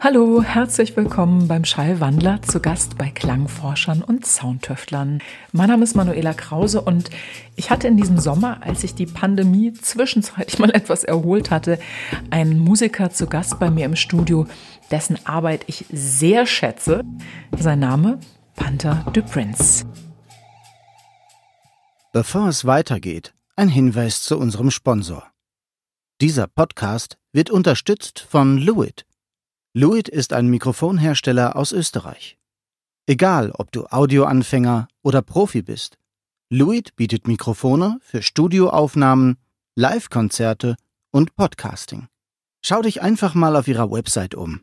Hallo, herzlich willkommen beim Schallwandler, zu Gast bei Klangforschern und Soundtüftlern. Mein Name ist Manuela Krause und ich hatte in diesem Sommer, als sich die Pandemie zwischenzeitlich mal etwas erholt hatte, einen Musiker zu Gast bei mir im Studio, dessen Arbeit ich sehr schätze. Sein Name? Panther du Prince. Bevor es weitergeht, ein Hinweis zu unserem Sponsor. Dieser Podcast wird unterstützt von Lewitt. Lewitt ist ein Mikrofonhersteller aus Österreich. Egal, ob du Audioanfänger oder Profi bist, Lewitt bietet Mikrofone für Studioaufnahmen, Live-Konzerte und Podcasting. Schau dich einfach mal auf ihrer Website um.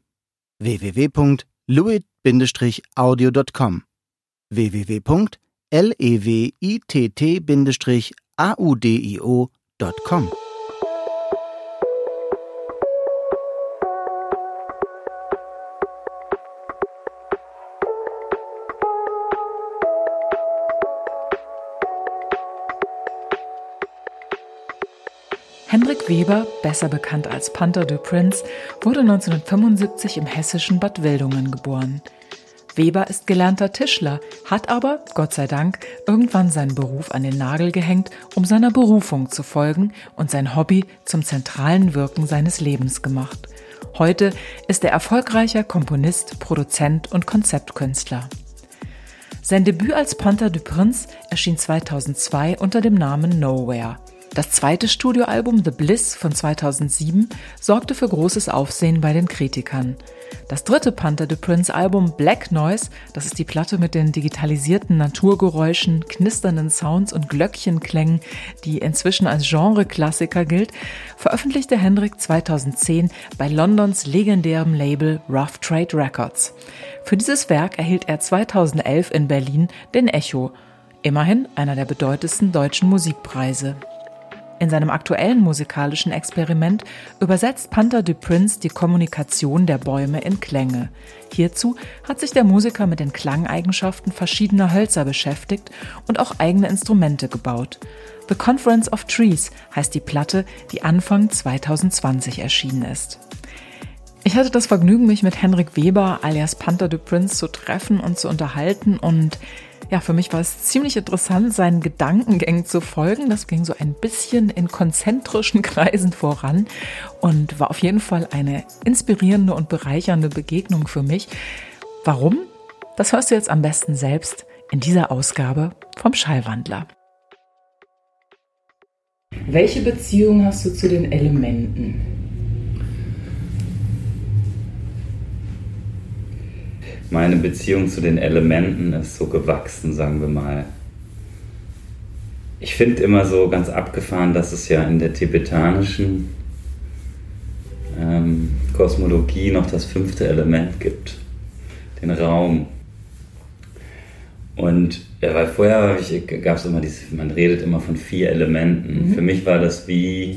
www.lewitt-audio.com www.lewitt-audio.com. Hendrik Weber, besser bekannt als Panther du Prince, wurde 1975 im hessischen Bad Wildungen geboren. Weber ist gelernter Tischler, hat aber, Gott sei Dank, irgendwann seinen Beruf an den Nagel gehängt, um seiner Berufung zu folgen und sein Hobby zum zentralen Wirken seines Lebens gemacht. Heute ist er erfolgreicher Komponist, Produzent und Konzeptkünstler. Sein Debüt als Panther du Prince erschien 2002 unter dem Namen Nowhere. Das zweite Studioalbum The Bliss von 2007 sorgte für großes Aufsehen bei den Kritikern. Das dritte Panther du Prince Album Black Noise, das ist die Platte mit den digitalisierten Naturgeräuschen, knisternden Sounds und Glöckchenklängen, die inzwischen als Genre-Klassiker gilt, veröffentlichte Hendrik 2010 bei Londons legendärem Label Rough Trade Records. Für dieses Werk erhielt er 2011 in Berlin den Echo, immerhin einer der bedeutendsten deutschen Musikpreise. In seinem aktuellen musikalischen Experiment übersetzt Panther du Prince die Kommunikation der Bäume in Klänge. Hierzu hat sich der Musiker mit den Klangeigenschaften verschiedener Hölzer beschäftigt und auch eigene Instrumente gebaut. The Conference of Trees heißt die Platte, die Anfang 2020 erschienen ist. Ich hatte das Vergnügen, mich mit Hendrik Weber alias Panther du Prince zu treffen und zu unterhalten und ja, für mich war es ziemlich interessant, seinen Gedankengängen zu folgen. Das ging so ein bisschen in konzentrischen Kreisen voran und war auf jeden Fall eine inspirierende und bereichernde Begegnung für mich. Warum? Das hörst du jetzt am besten selbst in dieser Ausgabe vom Schallwandler. Welche Beziehung hast du zu den Elementen? Meine Beziehung zu den Elementen ist so gewachsen, sagen wir mal. Ich finde immer so ganz abgefahren, dass es ja in der tibetanischen Kosmologie noch das 5. Element gibt, den Raum. Und ja, weil vorher gab es immer man redet immer von 4 Elementen. Für mich war das wie...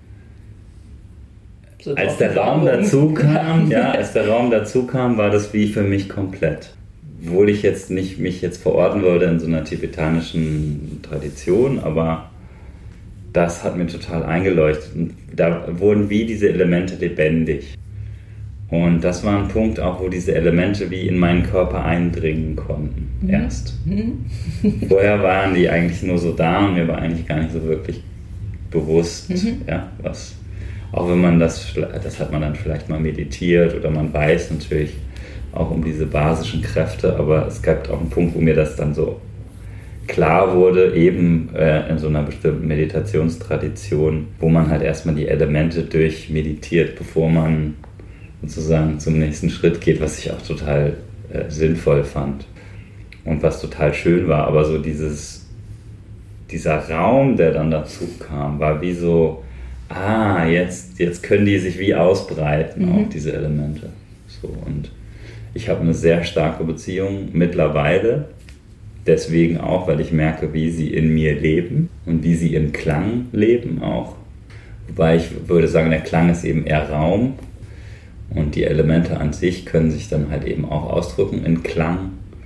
Als der Raum dazu kam, war das wie für mich komplett. Obwohl ich jetzt nicht mich jetzt verorten würde in so einer tibetanischen Tradition, aber das hat mir total eingeleuchtet. Und da wurden wie diese Elemente lebendig. Und das war ein Punkt auch, wo diese Elemente wie in meinen Körper eindringen konnten, erst. Vorher waren die eigentlich nur so da und mir war eigentlich gar nicht so wirklich bewusst, ja, was... Auch wenn man das hat man dann vielleicht mal meditiert oder man weiß natürlich auch um diese basischen Kräfte, aber es gab auch einen Punkt, wo mir das dann so klar wurde, eben in so einer bestimmten Meditationstradition, wo man halt erstmal die Elemente durchmeditiert, bevor man sozusagen zum nächsten Schritt geht, was ich auch total sinnvoll fand und was total schön war, aber so dieser Raum, der dann dazu kam, war wie so jetzt können die sich wie ausbreiten, auch diese Elemente. So, und ich habe eine sehr starke Beziehung mittlerweile, deswegen auch, weil ich merke, wie sie in mir leben und wie sie im Klang leben auch. Wobei ich würde sagen, der Klang ist eben eher Raum und die Elemente an sich können sich dann halt eben auch ausdrücken in Klang.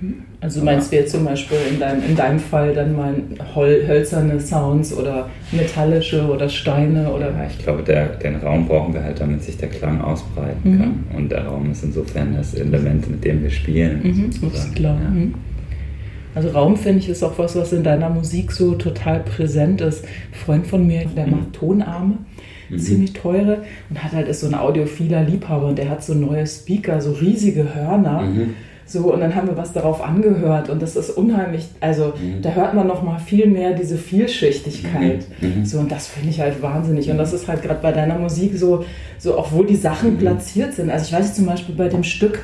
Also meinst du jetzt zum Beispiel in deinem Fall dann mal hölzerne Sounds oder metallische oder Steine oder... Ja, ich glaube, den Raum brauchen wir halt, damit sich der Klang ausbreiten kann. Und der Raum ist insofern das Element, mit dem wir spielen. Das ist klar. Ja. Also Raum, finde ich, ist auch was in deiner Musik so total präsent ist. Ein Freund von mir, der macht Tonarme, ziemlich teure, und ist so ein audiophiler Liebhaber und der hat so neue Speaker, so riesige Hörner. So, und dann haben wir was darauf angehört und das ist unheimlich, also da hört man noch mal viel mehr diese Vielschichtigkeit. So, und das finde ich halt wahnsinnig. Und das ist halt gerade bei deiner Musik so auch wo die Sachen platziert sind. Also ich weiß zum Beispiel bei dem Stück,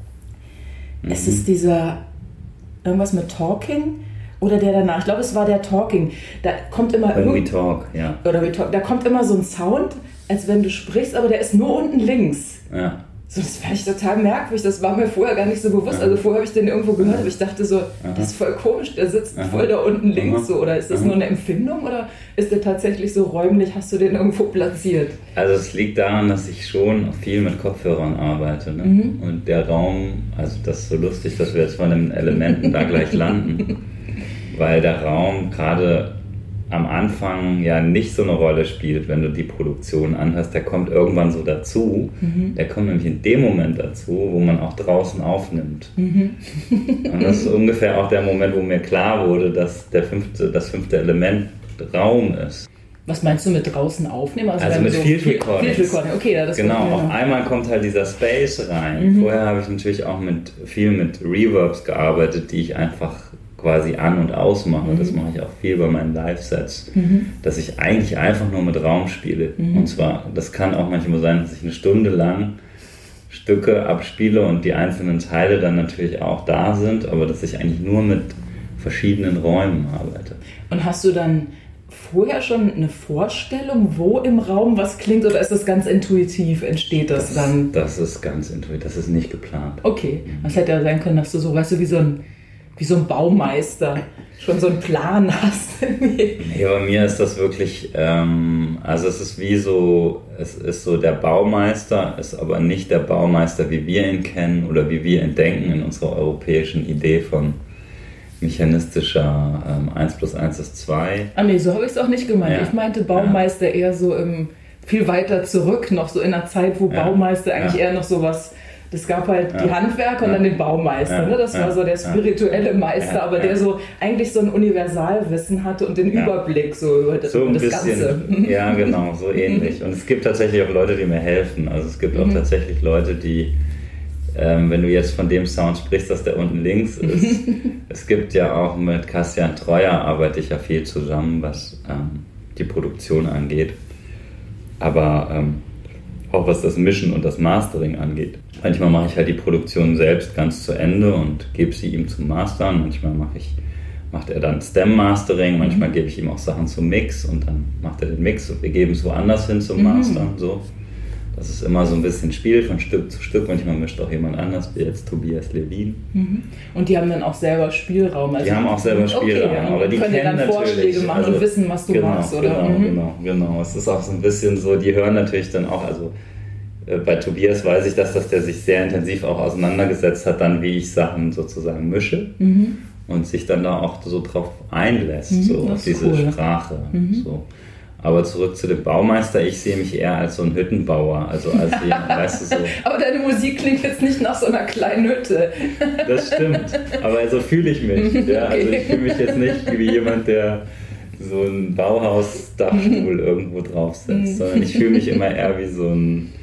es ist dieser, irgendwas mit Talking oder der danach, ich glaube es war der Talking, da kommt immer We Talk, ja. Oder We Talk, da kommt immer so ein Sound, als wenn du sprichst, aber der ist nur unten links. Ja. So, das fand ich total merkwürdig, das war mir vorher gar nicht so bewusst. Also vorher habe ich den irgendwo gehört, aber ich dachte so, das ist voll komisch, der sitzt voll da unten links. So. Oder ist das nur eine Empfindung oder ist der tatsächlich so räumlich, hast du den irgendwo platziert? Also es liegt daran, dass ich schon viel mit Kopfhörern arbeite. Ne? Und der Raum, also das ist so lustig, dass wir jetzt von den Elementen da gleich landen, weil der Raum gerade am Anfang ja nicht so eine Rolle spielt, wenn du die Produktion anhörst, der kommt irgendwann so dazu. Der kommt nämlich in dem Moment dazu, wo man auch draußen aufnimmt. Und das ist ungefähr auch der Moment, wo mir klar wurde, dass das fünfte Element Raum ist. Was meinst du mit draußen aufnehmen? Also mit so Field Recording. Okay, ja, das genau, auf einmal kommt halt dieser Space rein. Vorher habe ich natürlich auch viel mit Reverbs gearbeitet, die ich einfach quasi an- und ausmache. Das mache ich auch viel bei meinen Live-Sets, dass ich eigentlich einfach nur mit Raum spiele. Und zwar, das kann auch manchmal sein, dass ich eine Stunde lang Stücke abspiele und die einzelnen Teile dann natürlich auch da sind, aber dass ich eigentlich nur mit verschiedenen Räumen arbeite. Und hast du dann vorher schon eine Vorstellung, wo im Raum was klingt, oder ist das ganz intuitiv, entsteht das dann? Das ist ganz intuitiv, das ist nicht geplant. Okay, das hätte ja sein können, dass du so, weißt du, wie so ein Baumeister schon so einen Plan hast. Nee, bei mir ist das wirklich, also es ist so, der Baumeister ist aber nicht der Baumeister, wie wir ihn kennen oder wie wir ihn denken in unserer europäischen Idee von mechanistischer 1 + 1 ist 2. Ah nee, so habe ich es auch nicht gemeint. Ja. Ich meinte Baumeister eher so viel weiter zurück, noch so in einer Zeit, wo Baumeister eigentlich eher noch sowas... Das gab halt die Handwerker und dann den Baumeister. Ne? Das war so der spirituelle Meister, aber der so eigentlich so ein Universalwissen hatte und den Überblick so über das Ganze. Ja, genau, so ähnlich. Und es gibt tatsächlich auch Leute, die mir helfen. Also es gibt auch tatsächlich Leute, die, wenn du jetzt von dem Sound sprichst, dass der unten links ist, es gibt ja auch mit Kastian Treuer arbeite ich ja viel zusammen, was die Produktion angeht. Aber auch was das Mischen und das Mastering angeht. Manchmal mache ich halt die Produktion selbst ganz zu Ende und gebe sie ihm zum Mastern. Manchmal macht er dann Stem-Mastering, manchmal gebe ich ihm auch Sachen zum Mix und dann macht er den Mix und wir geben es woanders hin zum Mastern. So. Das ist immer so ein bisschen Spiel von Stück zu Stück. Manchmal mischt auch jemand anders, wie jetzt Tobias Levin. Und die haben dann auch selber Spielraum? Also die haben auch selber Spielraum, okay, aber die kennen dann Vorschläge machen und wissen, was du machst, oder? Genau. Es ist auch so ein bisschen so, die hören natürlich dann auch, also bei Tobias weiß ich, dass der sich sehr intensiv auch auseinandergesetzt hat, dann wie ich Sachen sozusagen mische und sich dann da auch so drauf einlässt, so auf diese Sprache. So. Aber zurück zu dem Baumeister, ich sehe mich eher als so ein Hüttenbauer, also als jemand, weißt du so. Aber deine Musik klingt jetzt nicht nach so einer kleinen Hütte. Das stimmt, aber so fühle ich mich. Ja? Also ich fühle mich jetzt nicht wie jemand, der so einen Bauhaus-Dachstuhl irgendwo draufsetzt, sondern ich fühle mich immer eher wie so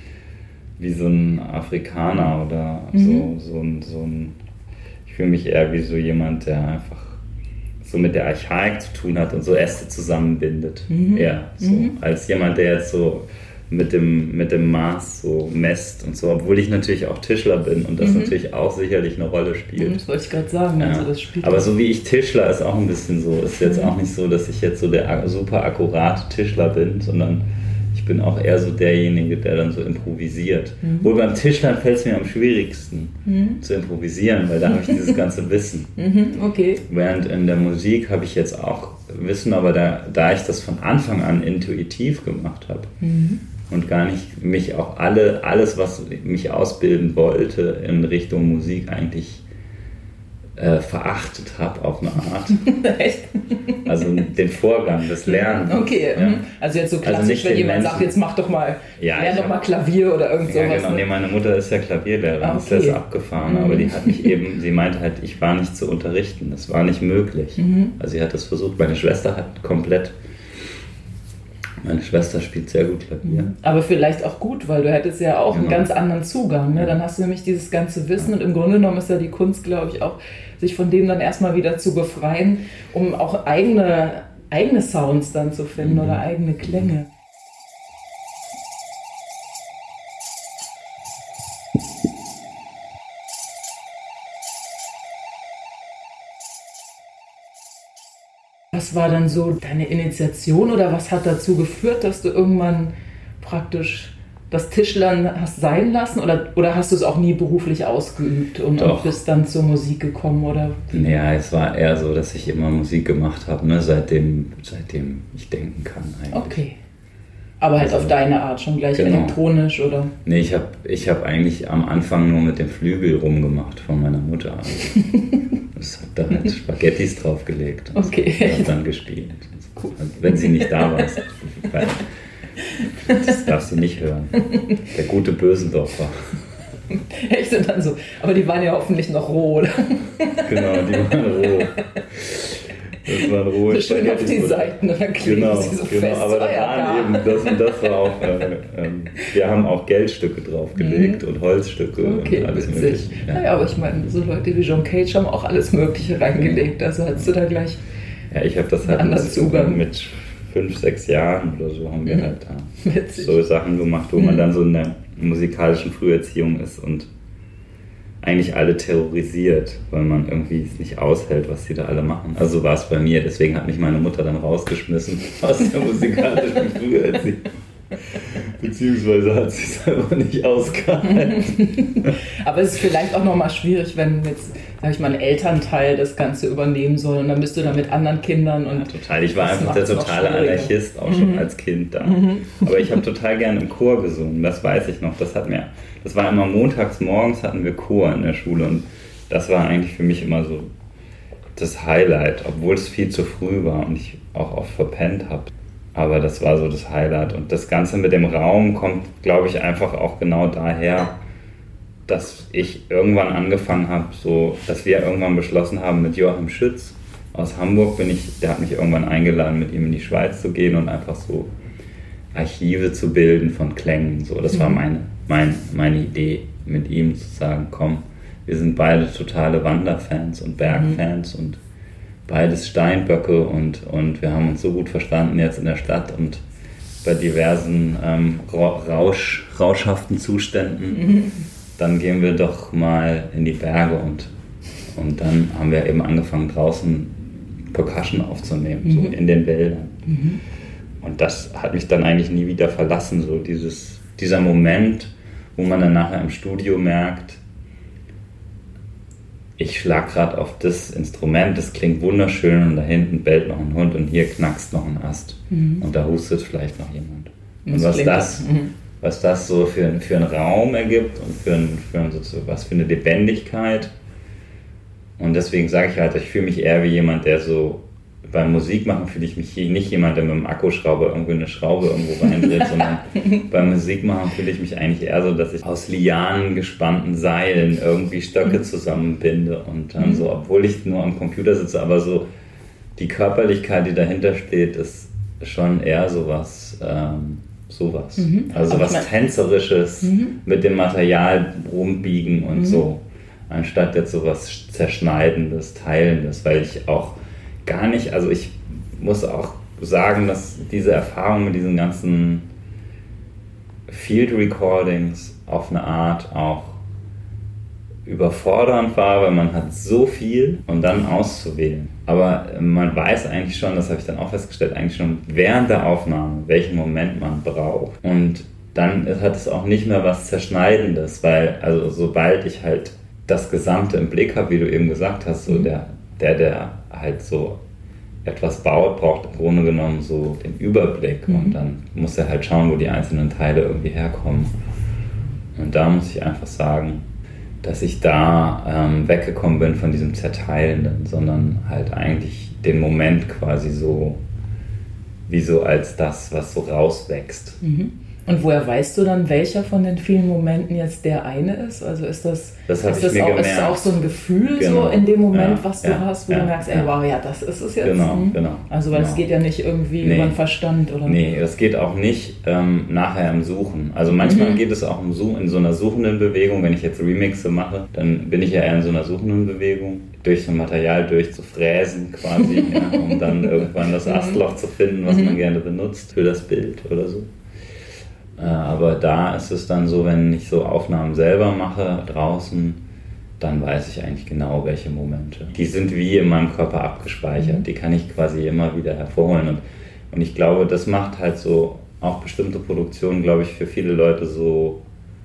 ein Afrikaner oder so ein ich fühle mich eher wie so jemand, der einfach so mit der Archaik zu tun hat und so Äste zusammenbindet. Eher so, als jemand, der jetzt so mit dem Maß so messt und so, obwohl ich natürlich auch Tischler bin und das natürlich auch sicherlich eine Rolle spielt. Das wollte ich gerade sagen. Ja. Also das spielt aber so wie ich Tischler ist auch ein bisschen so, ist jetzt auch nicht so, dass ich jetzt so der super akkurate Tischler bin, sondern ich bin auch eher so derjenige, der dann so improvisiert. Wohl beim Tischlern fällt es mir am schwierigsten zu improvisieren, weil da habe ich dieses ganze Wissen. Okay. Während in der Musik habe ich jetzt auch Wissen, aber da ich das von Anfang an intuitiv gemacht habe und gar nicht mich auch alles, was mich ausbilden wollte, in Richtung Musik eigentlich verachtet habe auf eine Art. Echt? Also den Vorgang, das Lernen. Okay, ja. Also jetzt so klassisch, wenn jemand sagt, jetzt mach doch mal, lern doch mal Klavier oder irgend sowas. Ja, genau. Nee, meine Mutter ist ja Klavierlehrerin, ist das abgefahren, aber die hat mich eben, sie meinte halt, ich war nicht zu unterrichten, das war nicht möglich. Also sie hat das versucht, meine Schwester spielt sehr gut Klavier. Aber vielleicht auch gut, weil du hättest ja auch einen ganz anderen Zugang. Ne? Dann hast du nämlich dieses ganze Wissen und im Grunde genommen ist ja die Kunst, glaube ich, auch, sich von dem dann erstmal wieder zu befreien, um auch eigene Sounds dann zu finden oder eigene Klänge. Was war dann so deine Initiation oder was hat dazu geführt, dass du irgendwann praktisch das Tischlern hast sein lassen oder hast du es auch nie beruflich ausgeübt und bist dann zur Musik gekommen? Oder? Ja, es war eher so, dass ich immer Musik gemacht habe, ne? seitdem ich denken kann eigentlich. Okay. Aber halt auf deine Art, schon gleich elektronisch, oder? Nee, ich hab eigentlich am Anfang nur mit dem Flügel rumgemacht von meiner Mutter. Ich habe da halt Spaghettis draufgelegt und habe dann gespielt. Cool. Wenn sie nicht da war. Das darf sie nicht hören. Der gute Bösendorfer. Echt und dann so. Aber die waren ja hoffentlich noch roh, oder? Genau, die waren roh. Das waren rohe schön auf die Seiten und dann kleben sie so fest. Aber da waren eben, das war auch, wir haben auch Geldstücke draufgelegt und Holzstücke und alles Mögliche. Ja, aber ich meine, so Leute wie John Cage haben auch alles Mögliche reingelegt, also hattest du da gleich ich habe das halt mit 5, 6 Jahren oder so haben wir halt so Sachen gemacht, wo man dann so in der musikalischen Früherziehung ist und eigentlich alle terrorisiert, weil man irgendwie es nicht aushält, was sie da alle machen. Also war es bei mir, deswegen hat mich meine Mutter dann rausgeschmissen aus der musikalischen Früherziehung. Beziehungsweise hat sie es einfach nicht ausgehalten. Aber es ist vielleicht auch nochmal schwierig, wenn jetzt, sag ich mal, ein Elternteil das Ganze übernehmen soll und dann bist du da mit anderen Kindern. Und total. Ich war einfach der totale Anarchist, auch schon als Kind da. Aber ich habe total gerne im Chor gesungen, das weiß ich noch. Das war immer montags morgens hatten wir Chor in der Schule und das war eigentlich für mich immer so das Highlight, obwohl es viel zu früh war und ich auch oft verpennt habe. Aber das war so das Highlight. Und das Ganze mit dem Raum kommt, glaube ich, einfach auch genau daher, dass ich irgendwann angefangen habe, dass wir irgendwann beschlossen haben mit Joachim Schütz aus Hamburg, der hat mich irgendwann eingeladen, mit ihm in die Schweiz zu gehen und einfach so Archive zu bilden von Klängen. So, das war meine Idee, mit ihm zu sagen, komm, wir sind beide totale Wanderfans und Bergfans und beides Steinböcke und wir haben uns so gut verstanden jetzt in der Stadt und bei diversen rauschhaften Zuständen, dann gehen wir doch mal in die Berge und dann haben wir eben angefangen draußen Percussion aufzunehmen, so in den Wäldern. Und das hat mich dann eigentlich nie wieder verlassen, so dieser Moment, wo man dann nachher im Studio merkt, ich schlag gerade auf das Instrument, das klingt wunderschön und da hinten bellt noch ein Hund und hier knackst noch ein Ast und da hustet vielleicht noch jemand. Und was das so für einen Raum ergibt und was für eine Lebendigkeit. Und deswegen sage ich halt, ich fühle mich eher wie jemand, der so beim Musikmachen fühle ich mich nicht jemand, der mit dem Akkuschrauber irgendwie eine Schraube irgendwo reindreht, sondern beim Musikmachen fühle ich mich eigentlich eher so, dass ich aus Lianen gespannten Seilen irgendwie Stöcke zusammenbinde und dann so, obwohl ich nur am Computer sitze, aber so die Körperlichkeit, die dahinter steht, ist schon eher sowas. Also was Tänzerisches mit dem Material rumbiegen und so, anstatt jetzt so was Zerschneidendes, Teilendes, weil ich auch gar nicht, also ich muss auch sagen, dass diese Erfahrung mit diesen ganzen Field Recordings auf eine Art auch überfordernd war, weil man hat so viel und dann auszuwählen. Aber man weiß eigentlich schon, das habe ich dann auch festgestellt, eigentlich schon während der Aufnahme, welchen Moment man braucht. Und dann hat es auch nicht mehr was Zerschneidendes, weil also sobald ich halt das Gesamte im Blick habe, wie du eben gesagt hast, so der halt so etwas baut, braucht im Grunde genommen so den Überblick und dann muss er halt schauen, wo die einzelnen Teile irgendwie herkommen. Und da muss ich einfach sagen, dass ich da weggekommen bin von diesem Zerteilenden, sondern halt eigentlich den Moment quasi so, wie so als das, was so rauswächst. Mhm. Und woher weißt du dann, welcher von den vielen Momenten jetzt der eine ist? Also ist das auch so ein Gefühl so in dem Moment, was du hast, wo du merkst, ey, wow, ja, das ist es jetzt. Genau. Also weil es geht ja nicht irgendwie über den Verstand, oder? Nee, das geht auch nicht nachher im Suchen. Also manchmal geht es auch in so einer suchenden Bewegung. Wenn ich jetzt Remixe mache, dann bin ich ja eher in so einer suchenden Bewegung, durch so ein Material durchzufräsen quasi, um dann irgendwann das Astloch zu finden, was man gerne benutzt für das Bild oder so. Aber da ist es dann so, wenn ich so Aufnahmen selber mache draußen, dann weiß ich eigentlich genau, welche Momente. Die sind wie in meinem Körper abgespeichert, die kann ich quasi immer wieder hervorholen. Und ich glaube, das macht halt so auch bestimmte Produktionen, glaube ich, für viele Leute so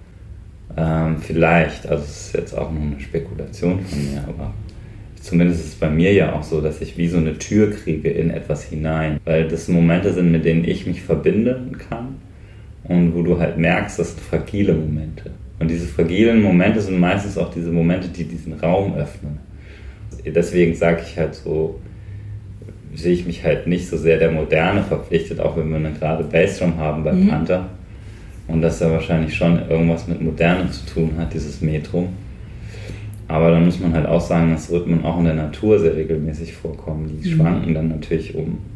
vielleicht, also es ist jetzt auch nur eine Spekulation von mir, aber zumindest ist es bei mir ja auch so, dass ich wie so eine Tür kriege in etwas hinein, weil das Momente sind, mit denen ich mich verbinden kann. Und wo du halt merkst, das sind fragile Momente. Und diese fragilen Momente sind meistens auch diese Momente, die diesen Raum öffnen. Deswegen sage ich halt so, sehe ich mich halt nicht so sehr der Moderne verpflichtet, auch wenn wir eine gerade Bassdrum haben bei Panther. Und das ja wahrscheinlich schon irgendwas mit Moderne zu tun hat, dieses Metrum. Aber dann muss man halt auch sagen, dass Rhythmen auch in der Natur sehr regelmäßig vorkommen. Die schwanken dann natürlich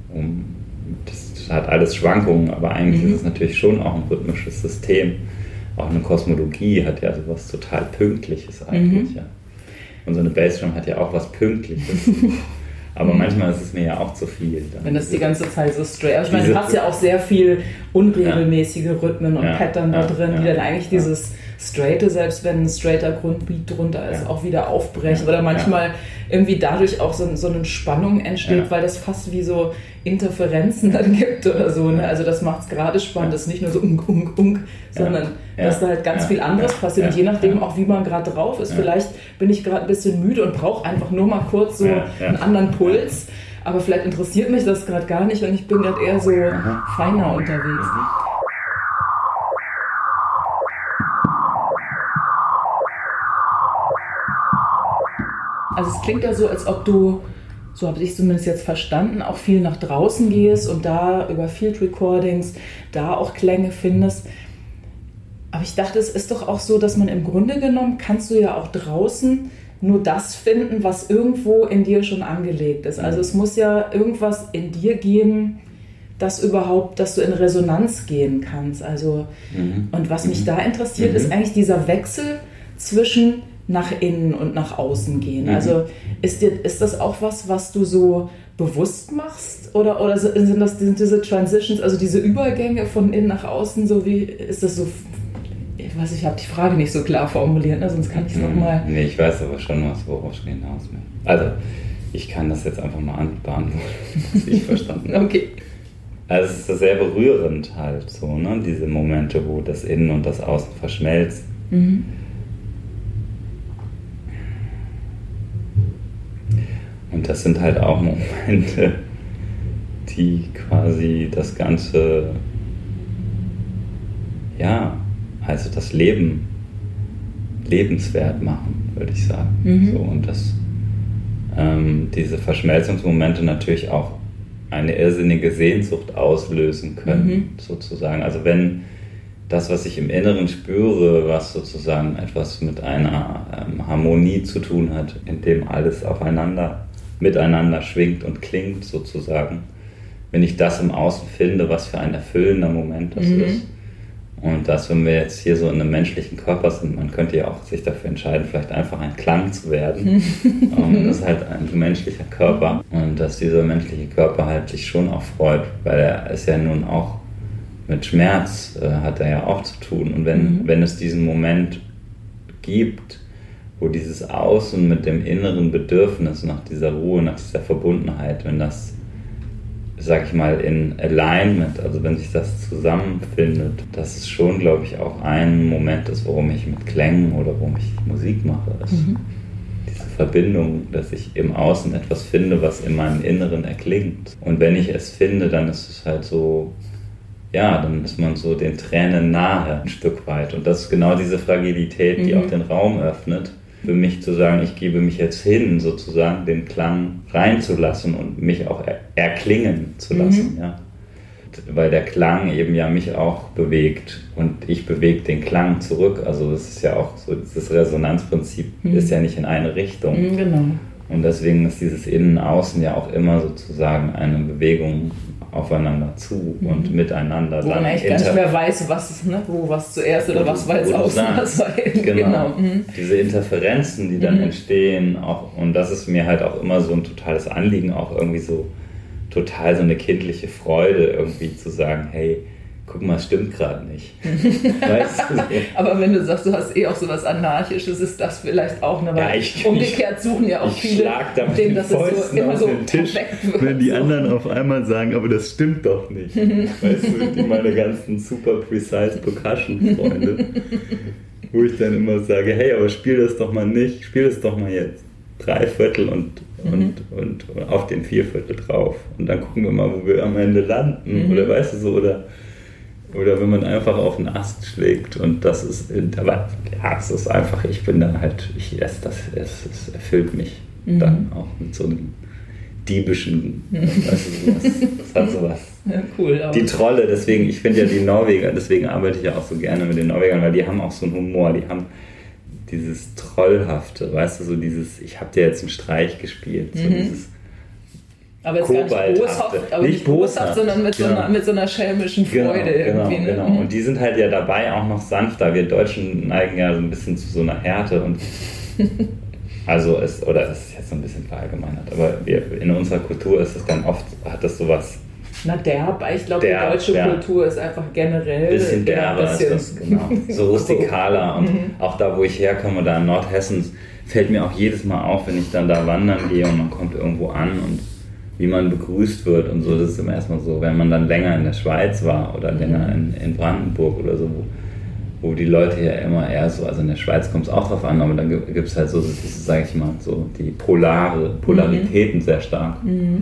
das hat alles Schwankungen, aber eigentlich ist es natürlich schon auch ein rhythmisches System. Auch eine Kosmologie hat ja sowas total Pünktliches eigentlich. Ja. Und so eine Bassdrum hat ja auch was Pünktliches. Aber manchmal ist es mir ja auch zu viel. Wenn das die ganze Zeit so straight... Ich meine, du hast ja auch sehr viel unregelmäßige Rhythmen und Pattern da drin, die dann eigentlich dieses Straighte, selbst wenn ein straighter Grundbeat drunter ist, auch wieder aufbrechen. Oder manchmal irgendwie dadurch auch so eine Spannung entsteht, weil das fast wie so Interferenzen dann gibt oder so. Ne? Also das macht es gerade spannend. Das ist nicht nur so sondern dass da halt ganz viel anderes passiert. Und je nachdem auch, wie man gerade drauf ist. Vielleicht bin ich gerade ein bisschen müde und brauche einfach nur mal kurz so einen anderen Puls. Aber vielleicht interessiert mich das gerade gar nicht und ich bin gerade eher so feiner unterwegs. Also es klingt ja so, als ob du, so habe ich es zumindest jetzt verstanden, auch viel nach draußen gehst und da über Field Recordings da auch Klänge findest. Aber ich dachte, es ist doch auch so, dass man im Grunde genommen kannst du ja auch draußen nur das finden, was irgendwo in dir schon angelegt ist. Also es muss ja irgendwas in dir geben, dass du in Resonanz gehen kannst. Also, und was mich da interessiert, ist eigentlich dieser Wechsel zwischen nach innen und nach außen gehen. Also ist das auch was du so bewusst machst? Oder sind diese Transitions, also diese Übergänge von innen nach außen, so wie, ist das so, ich habe die Frage nicht so klar formuliert, ne? Sonst kann ich es nochmal... Nee, ich weiß aber schon, worauf ich hinaus will. Also, ich kann das jetzt einfach mal beantworten, was ich verstanden habe. Okay. Also es ist sehr berührend halt so, ne? Diese Momente, wo das Innen und das Außen verschmelzen. Und das sind halt auch Momente, die quasi das Ganze, also das Leben lebenswert machen, würde ich sagen. So, und dass diese Verschmelzungsmomente natürlich auch eine irrsinnige Sehnsucht auslösen können, sozusagen. Also wenn das, was ich im Inneren spüre, was sozusagen etwas mit einer Harmonie zu tun hat, in dem alles miteinander schwingt und klingt sozusagen, wenn ich das im Außen finde, was für ein erfüllender Moment das ist. Und das, wenn wir jetzt hier so in einem menschlichen Körper sind, man könnte ja auch sich dafür entscheiden, vielleicht einfach ein Klang zu werden. Das ist halt ein menschlicher Körper. Und dass dieser menschliche Körper halt sich schon auch freut, weil er ist ja nun auch mit Schmerz, hat er ja auch zu tun. Und wenn es diesen Moment gibt, wo dieses Außen mit dem inneren Bedürfnis nach dieser Ruhe, nach dieser Verbundenheit, wenn das, sag ich mal, in Alignment, also wenn sich das zusammenfindet, dass es schon, glaube ich, auch ein Moment ist, warum ich mit Klängen oder warum ich Musik mache, ist diese Verbindung, dass ich im Außen etwas finde, was in meinem Inneren erklingt. Und wenn ich es finde, dann ist es halt so, ja, dann ist man so den Tränen nahe ein Stück weit. Und das ist genau diese Fragilität, die auch den Raum öffnet, für mich zu sagen, ich gebe mich jetzt hin, sozusagen den Klang reinzulassen und mich auch erklingen zu lassen. Ja. Weil der Klang eben ja mich auch bewegt und ich bewege den Klang zurück. Also das ist ja auch so, das Resonanzprinzip ist ja nicht in eine Richtung. Genau. Und deswegen ist dieses Innen-Außen ja auch immer sozusagen eine Bewegung aufeinander zu und miteinander. Wo man eigentlich gar nicht mehr weiß, wo was zuerst oder was war jetzt außen, was war innen. Genau. Diese Interferenzen, die dann entstehen, auch, und das ist mir halt auch immer so ein totales Anliegen, auch irgendwie so total so eine kindliche Freude, irgendwie zu sagen, hey, guck mal, es stimmt gerade nicht. Weißt du? Aber wenn du sagst, du hast auch so was Anarchisches, ist das vielleicht auch eine Weile. Umgekehrt suchen ja auch viele, denen das so immer so den Tisch, wenn die anderen auf einmal sagen, aber das stimmt doch nicht. Weißt du, meine ganzen super precise Percussion-Freunde, wo ich dann immer sage, hey, aber spiel das doch mal nicht, spiel das doch mal jetzt 3/4 und auf den 4/4 drauf. Und dann gucken wir mal, wo wir am Ende landen. Oder weißt du so, oder wenn man einfach auf den Ast schlägt und das ist, aber ja, es ist einfach, ich bin dann halt, es erfüllt mich dann auch mit so einem diebischen, weißt du, das hat sowas. Ja, cool. Die Trolle, deswegen, ich finde ja die Norweger, deswegen arbeite ich ja auch so gerne mit den Norwegern, weil die haben auch so einen Humor, die haben dieses Trollhafte, weißt du, so dieses, ich habe dir jetzt einen Streich gespielt, so dieses aber jetzt gar nicht boshaft, aber nicht boshaft, sondern mit so einer schelmischen Freude irgendwie. Ne? Genau. Und die sind halt ja dabei auch noch sanfter. Wir Deutschen neigen ja so ein bisschen zu so einer Härte und also das ist jetzt so ein bisschen verallgemeinert, aber in unserer Kultur ist es dann oft, hat das sowas. Na derb, ich glaube, die deutsche Kultur ist einfach generell ein bisschen derber, ist das, genau. So rustikaler und auch da, wo ich herkomme, da in Nordhessen, fällt mir auch jedes Mal auf, wenn ich dann da wandern gehe und man kommt irgendwo an und wie man begrüßt wird und so, das ist immer erstmal so, wenn man dann länger in der Schweiz war oder länger in Brandenburg oder so, wo die Leute ja immer eher so, also in der Schweiz kommt es auch drauf an, aber dann gibt es halt so, sage ich mal, so die Polaritäten sehr stark.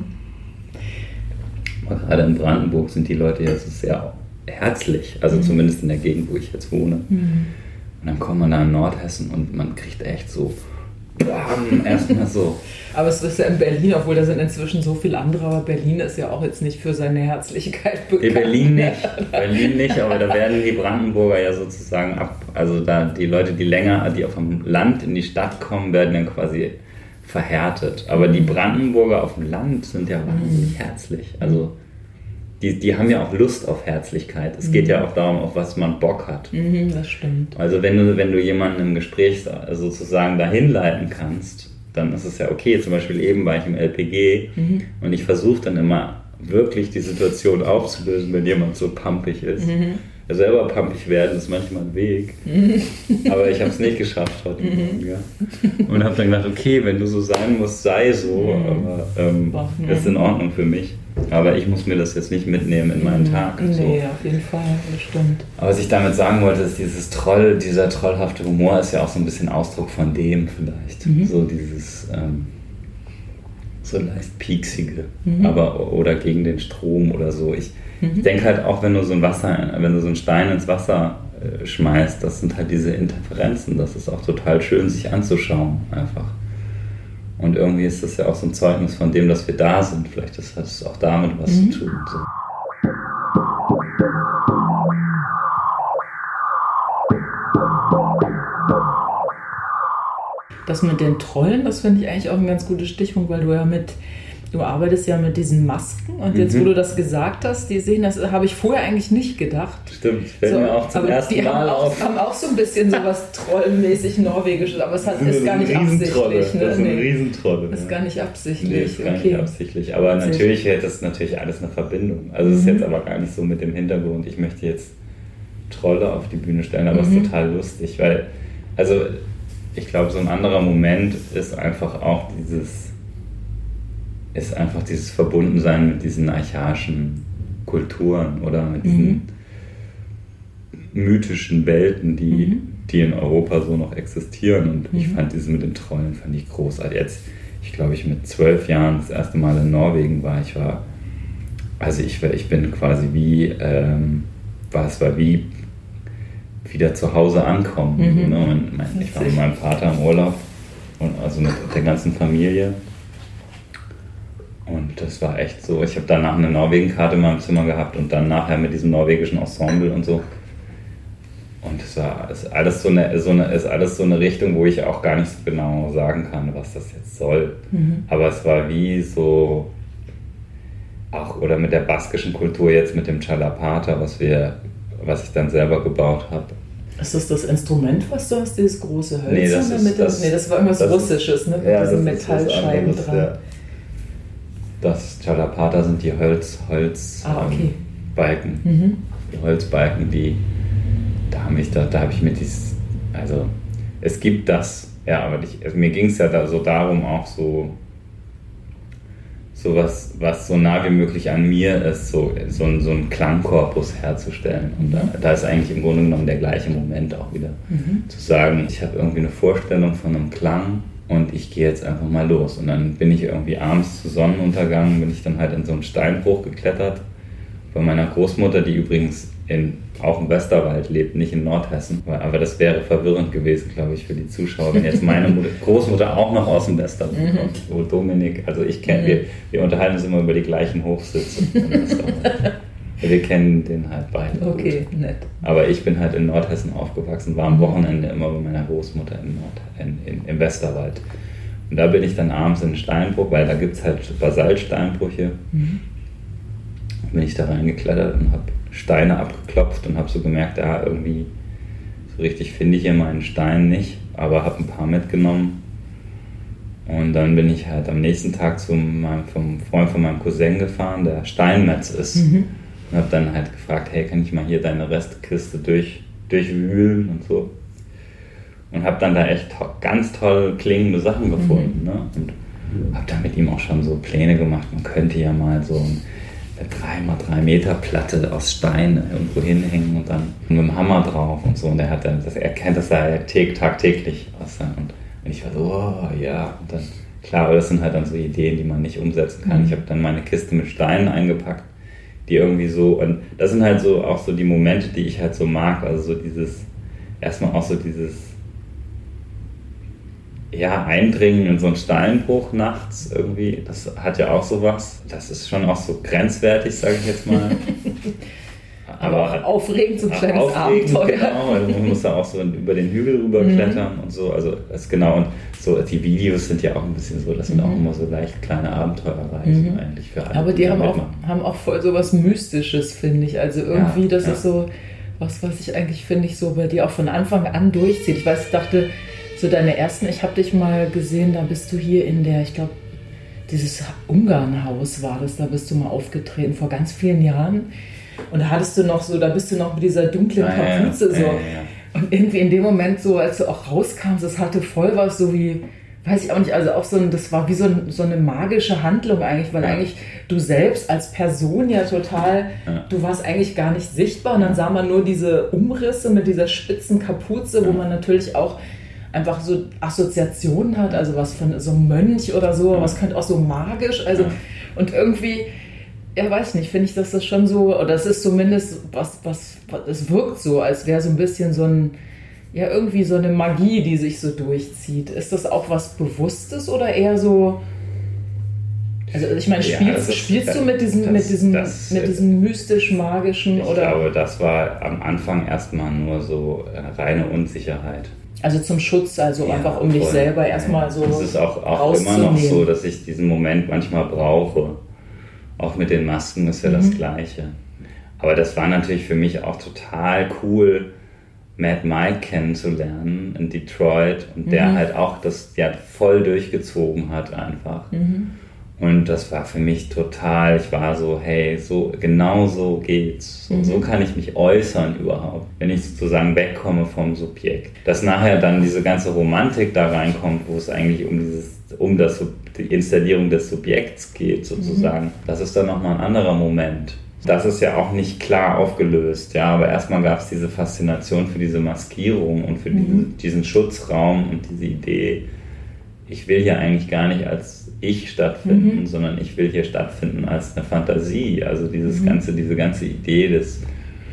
Gerade in Brandenburg sind die Leute ja so sehr herzlich, also zumindest in der Gegend, wo ich jetzt wohne. Und dann kommt man da in Nordhessen und man kriegt echt so erstmal so. Aber es ist ja in Berlin, obwohl da sind inzwischen so viele andere, aber Berlin ist ja auch jetzt nicht für seine Herzlichkeit bekannt. Berlin nicht, aber da werden die Brandenburger ja sozusagen also da die Leute, die auf dem Land in die Stadt kommen, werden dann quasi verhärtet. Aber die Brandenburger auf dem Land sind ja wahnsinnig herzlich. Also die haben ja auch Lust auf Herzlichkeit. Es geht ja auch darum, auf was man Bock hat. Das stimmt. Also wenn du jemanden im Gespräch sozusagen dahin leiten kannst, dann ist es ja okay. Zum Beispiel eben war ich im LPG und ich versuche dann immer wirklich die Situation aufzulösen, wenn jemand so pampig ist. Ja, selber pampig werden ist manchmal ein Weg, aber ich habe es nicht geschafft heute Morgen. Ja. Und habe dann gedacht, okay, wenn du so sein musst, sei so, aber ist in Ordnung für mich. Aber ich muss mir das jetzt nicht mitnehmen in meinen Tag. Nee, so. auf jeden Fall, das stimmt. Aber was ich damit sagen wollte, ist, dieser trollhafte Humor ist ja auch so ein bisschen Ausdruck von dem vielleicht. So dieses so leicht pieksige, oder gegen den Strom oder so. Ich denke halt auch, wenn du so einen Stein ins Wasser schmeißt, das sind halt diese Interferenzen. Das ist auch total schön, sich anzuschauen einfach. Und irgendwie ist das ja auch so ein Zeugnis von dem, dass wir da sind. Vielleicht hat es auch damit was zu tun. So. Das mit den Trollen, das finde ich eigentlich auch ein ganz gutes Stichpunkt, weil du arbeitest ja mit diesen Masken und jetzt, wo du das gesagt hast, die sehen, das habe ich vorher eigentlich nicht gedacht. Stimmt, fällt mir auch zum ersten Mal auf. Die haben auch so ein bisschen sowas Trollmäßig Norwegisches, aber es ist gar nicht absichtlich. Das ist eine Riesentrolle. Das ist gar nicht absichtlich. Nee, ist gar nicht absichtlich, aber natürlich hätte das natürlich alles eine Verbindung. Also es ist jetzt aber gar nicht so mit dem Hintergrund, ich möchte jetzt Trolle auf die Bühne stellen, aber es ist total lustig, weil, also ich glaube, so ein anderer Moment ist einfach auch dieses Verbundensein mit diesen archaischen Kulturen oder mit diesen mythischen Welten, die in Europa so noch existieren. Und ich fand dieses mit den Trollen fand ich großartig. Jetzt, ich glaube, mit 12 Jahren das erste Mal in Norwegen war, Also ich bin quasi wie, war wie wieder zu Hause ankommen. Ne? Ich war mit meinem Vater im Urlaub, und also mit der ganzen Familie. Und das war echt so, ich habe danach eine Norwegen-Karte in meinem Zimmer gehabt und dann nachher mit diesem norwegischen Ensemble und so. Und ist alles so eine Richtung, wo ich auch gar nicht so genau sagen kann, was das jetzt soll. Aber es war wie so, auch oder mit der baskischen Kultur jetzt mit dem Chalaparta, was ich dann selber gebaut habe. Ist das Instrument, was du hast, dieses große Hölzer? Nee, das war irgendwas Russisches, ne? Mit diesen Metallscheiben dran. Ja. Das Chalaparta sind die Holzbalken. Die Holzbalken, da habe ich mir also es gibt das, ja, aber mir ging es ja da so darum, auch so was so nah wie möglich an mir ist, so einen Klangkorpus herzustellen. Und da ist eigentlich im Grunde genommen der gleiche Moment auch wieder. Zu sagen, ich habe irgendwie eine Vorstellung von einem Klang und ich gehe jetzt einfach mal los. Und dann bin ich irgendwie abends zu Sonnenuntergang, bin ich dann halt in so einen Steinbruch geklettert. Bei meiner Großmutter, die übrigens auch im Westerwald lebt, nicht in Nordhessen. Aber das wäre verwirrend gewesen, glaube ich, für die Zuschauer, wenn jetzt meine Großmutter auch noch aus dem Westerwald kommt. Wo Dominik, also wir unterhalten uns immer über die gleichen Hochsitze im Westerwald. Wir kennen den halt beide. Okay, gut. Nett. Aber ich bin halt in Nordhessen aufgewachsen, war am Wochenende immer bei meiner Großmutter im Westerwald. Und da bin ich dann abends in den Steinbruch, weil da gibt es halt Basaltsteinbrüche. Bin ich da reingeklettert und habe Steine abgeklopft und habe so gemerkt, irgendwie so richtig finde ich hier meinen Stein nicht, aber habe ein paar mitgenommen. Und dann bin ich halt am nächsten Tag vom Freund von meinem Cousin gefahren, der Steinmetz ist. Und habe dann halt gefragt, hey, kann ich mal hier deine Restkiste durchwühlen und so. Und habe dann da echt ganz toll klingende Sachen gefunden. Ne? Und habe dann mit ihm auch schon so Pläne gemacht, man könnte ja mal so eine 3x3 Meter Platte aus Stein irgendwo hinhängen und dann mit dem Hammer drauf und so. Und er kennt das ja tagtäglich. Und ich war so, oh ja. Und dann, klar, aber das sind halt dann so Ideen, die man nicht umsetzen kann. Ich habe dann meine Kiste mit Steinen eingepackt, die irgendwie so, und das sind halt so auch so die Momente, die ich halt so mag. Also so erstmal auch so dieses Eindringen in so einen Steinbruch nachts irgendwie, das hat ja auch sowas. Das ist schon auch so grenzwertig, sage ich jetzt mal. Aber auch aufregend, so ein kleines Abenteuer. Genau, also man muss da auch so über den Hügel rüberklettern und so. Also das genau, und so die Videos sind ja auch ein bisschen so, das sind auch immer so leicht kleine Abenteuerreisen eigentlich für alle. Aber die haben auch voll so was Mystisches, finde ich. Also irgendwie, das ist so was ich eigentlich, finde ich, so bei dir auch von Anfang an durchzieht. Ich dachte, so deine ersten, ich habe dich mal gesehen, da bist du hier in der, ich glaube, dieses Ungarnhaus war das, da bist du mal aufgetreten vor ganz vielen Jahren. Und da bist du noch mit dieser dunklen Kapuze so. Und irgendwie in dem Moment so, als du auch rauskамst, das hatte voll was so wie, weiß ich auch nicht, also auch das war wie so eine magische Handlung eigentlich, weil eigentlich du selbst als Person ja total, du warst eigentlich gar nicht sichtbar und dann sah man nur diese Umrisse mit dieser spitzen Kapuze, wo man natürlich auch einfach so Assoziationen hat, also was von so einem Mönch oder so, was könnte auch so magisch, also und irgendwie, weiß nicht, finde ich, dass das schon so, oder es ist zumindest es wirkt so, als wäre so ein bisschen so irgendwie so eine Magie, die sich so durchzieht. Ist das auch was Bewusstes oder eher so, also ich meine, spielst du mit diesem mystisch-magischen oder? Ich glaube, das war am Anfang erstmal nur so reine Unsicherheit. Also zum Schutz, also einfach um dich selber erstmal so rauszunehmen. Es ist auch immer noch so, dass ich diesen Moment manchmal brauche. Auch mit den Masken ist ja das Gleiche. Aber das war natürlich für mich auch total cool, Mad Mike kennenzulernen in Detroit und der halt auch das voll durchgezogen hat einfach. Und das war für mich total, ich war so, hey, so genau so geht's. So kann ich mich äußern überhaupt, wenn ich sozusagen wegkomme vom Subjekt. Dass nachher dann diese ganze Romantik da reinkommt, wo es eigentlich um die Installierung des Subjekts geht sozusagen. Das ist dann nochmal ein anderer Moment. Das ist ja auch nicht klar aufgelöst, aber erstmal gab es diese Faszination für diese Maskierung und für diesen Schutzraum und diese Idee, ich will hier eigentlich gar nicht als ich stattfinden, sondern ich will hier stattfinden als eine Fantasie. Also diese ganze Idee des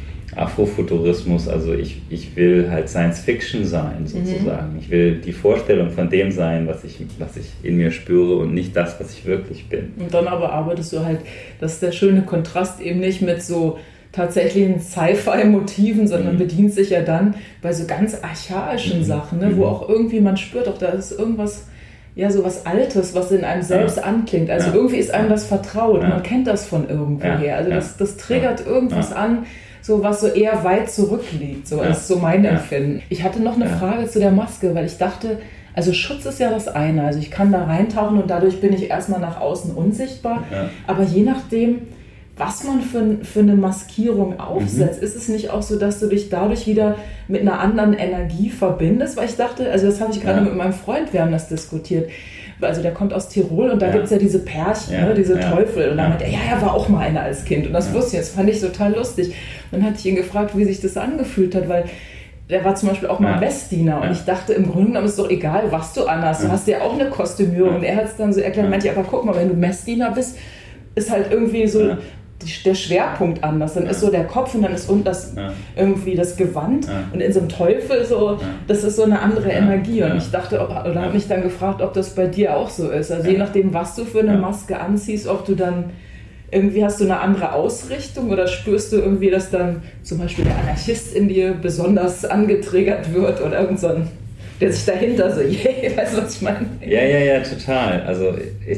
Afrofuturismus, also ich will halt Science Fiction sein sozusagen. Ich will die Vorstellung von dem sein, was ich in mir spüre und nicht das, was ich wirklich bin. Und dann aber arbeitest du halt, das ist der schöne Kontrast, eben nicht mit so tatsächlichen Sci-Fi-Motiven, sondern bedient sich ja dann bei so ganz archaischen Sachen, ne, wo auch irgendwie man spürt, auch da ist irgendwas, ja, so was Altes, was in einem selbst anklingt. Also irgendwie ist einem das vertraut, man kennt das von irgendwoher. Also das triggert irgendwas an, so was so eher weit zurückliegt, so ist so mein Empfinden. Ich hatte noch eine Frage zu der Maske, weil ich dachte, also Schutz ist ja das eine, also ich kann da reintauchen und dadurch bin ich erstmal nach außen unsichtbar, aber je nachdem, was man für eine Maskierung aufsetzt, ist es nicht auch so, dass du dich dadurch wieder mit einer anderen Energie verbindest? Weil ich dachte, also das habe ich gerade mit meinem Freund, wir haben das diskutiert, also der kommt aus Tirol und da gibt es ja diese Pärchen, ne, diese Teufel. Und dann meinte er war auch mal einer als Kind. Und das wusste ich, das fand ich total lustig. Und dann hatte ich ihn gefragt, wie sich das angefühlt hat, weil der war zum Beispiel auch mal Messdiener. Und ich dachte, im Grunde genommen ist es doch egal, was du anhast. Du hast ja auch eine Kostümierung. Und er hat es dann so erklärt, meinte ich, aber guck mal, wenn du Messdiener bist, ist halt irgendwie so der Schwerpunkt anders. Dann ist so der Kopf und dann ist unten irgendwie das Gewand und in so einem Teufel so, das ist so eine andere Energie. Und ich dachte, oder habe mich dann gefragt, ob das bei dir auch so ist. Also je nachdem, was du für eine Maske anziehst, ob du dann irgendwie hast du eine andere Ausrichtung oder spürst du irgendwie, dass dann zum Beispiel der Anarchist in dir besonders angetriggert wird oder irgend so ein, der sich dahinter so, weißt du, was ich meine? Ja, total. Also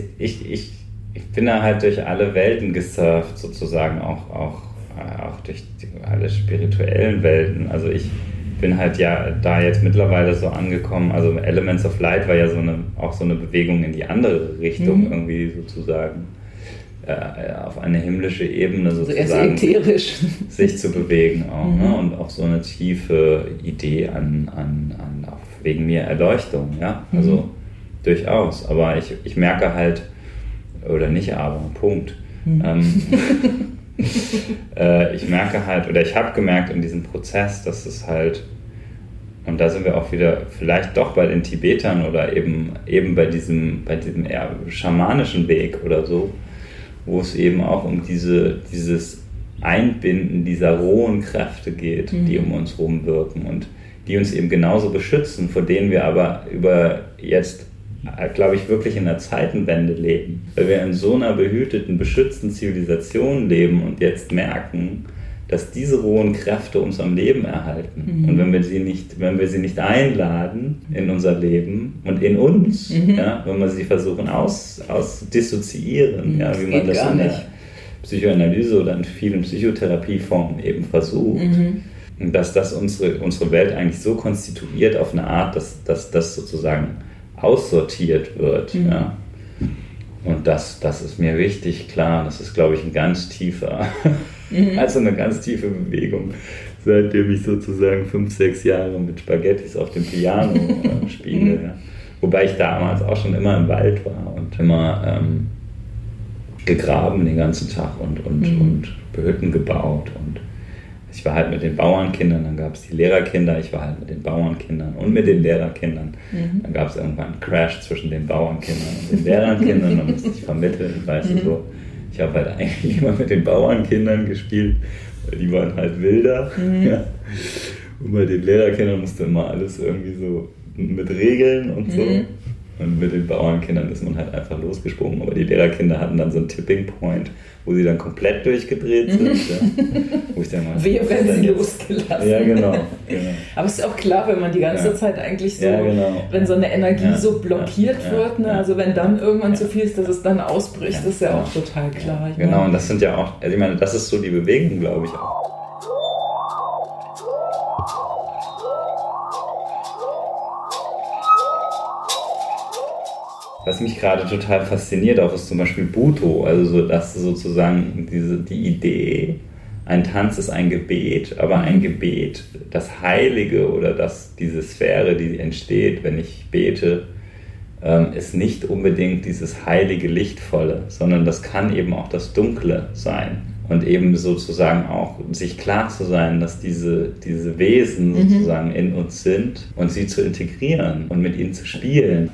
ich bin da halt durch alle Welten gesurft, sozusagen, auch durch alle spirituellen Welten. Also ich bin halt da jetzt mittlerweile so angekommen, also Elements of Light war ja auch so eine Bewegung in die andere Richtung, irgendwie sozusagen auf eine himmlische Ebene sozusagen also ätherisch sich zu bewegen auch, ne? Und auch so eine tiefe Idee an wegen mir Erleuchtung, ja, also durchaus, aber ich merke halt, oder nicht aber, Punkt. Ich merke halt, oder ich habe gemerkt in diesem Prozess, dass es halt, und da sind wir auch wieder vielleicht doch bei den Tibetern oder eben bei diesem eher schamanischen Weg oder so, wo es eben auch um dieses Einbinden dieser rohen Kräfte geht, die um uns herum wirken und die uns eben genauso beschützen, vor denen wir aber jetzt glaube ich, wirklich in einer Zeitenwende leben, weil wir in so einer behüteten, beschützten Zivilisation leben und jetzt merken, dass diese rohen Kräfte uns am Leben erhalten. Und wenn wir sie nicht einladen in unser Leben und in uns, wenn wir sie versuchen auszudissoziieren, wie man das in der Psychoanalyse oder in vielen Psychotherapieformen eben versucht, und dass das unsere Welt eigentlich so konstituiert auf eine Art, dass das sozusagen aussortiert wird. Ja. Und das ist mir wichtig, klar, das ist, glaube ich, ein ganz tiefer, also eine ganz tiefe Bewegung, seitdem ich sozusagen 5-6 Jahre mit Spaghettis auf dem Piano spiele. Ja. Wobei ich damals auch schon immer im Wald war und immer gegraben den ganzen Tag und Hütten gebaut und ich war halt mit den Bauernkindern, dann gab es die Lehrerkinder, ich war halt mit den Bauernkindern und mit den Lehrerkindern. Dann gab es irgendwann einen Crash zwischen den Bauernkindern und den Lehrerkindern, dann musste ich vermitteln, weißt du so. Ich habe halt eigentlich immer mit den Bauernkindern gespielt, weil die waren halt wilder. Ja. Und bei den Lehrerkindern musste immer alles irgendwie so mit Regeln und so. Und mit den Bauernkindern ist man halt einfach losgesprungen. Aber die Lehrerkinder hatten dann so einen Tipping Point, wo sie dann komplett durchgedreht sind. Ja. Wo ich dann mal, wehe, werden sie losgelassen. Ja, genau. Aber es ist auch klar, wenn man die ganze Zeit eigentlich so, wenn so eine Energie so blockiert wird, ne? Also wenn dann irgendwann zu viel ist, dass es dann ausbricht, ist ja auch total klar. Genau, und das sind ja auch, also ich meine, das ist so die Bewegung, glaube ich auch. Was mich gerade total fasziniert auch ist zum Beispiel Buto, also so, dass sozusagen die Idee, ein Tanz ist ein Gebet, aber ein Gebet, das Heilige oder diese Sphäre, die entsteht, wenn ich bete, ist nicht unbedingt dieses heilige Lichtvolle, sondern das kann eben auch das Dunkle sein. Und eben sozusagen auch sich klar zu sein, dass diese Wesen sozusagen in uns sind und sie zu integrieren und mit ihnen zu spielen.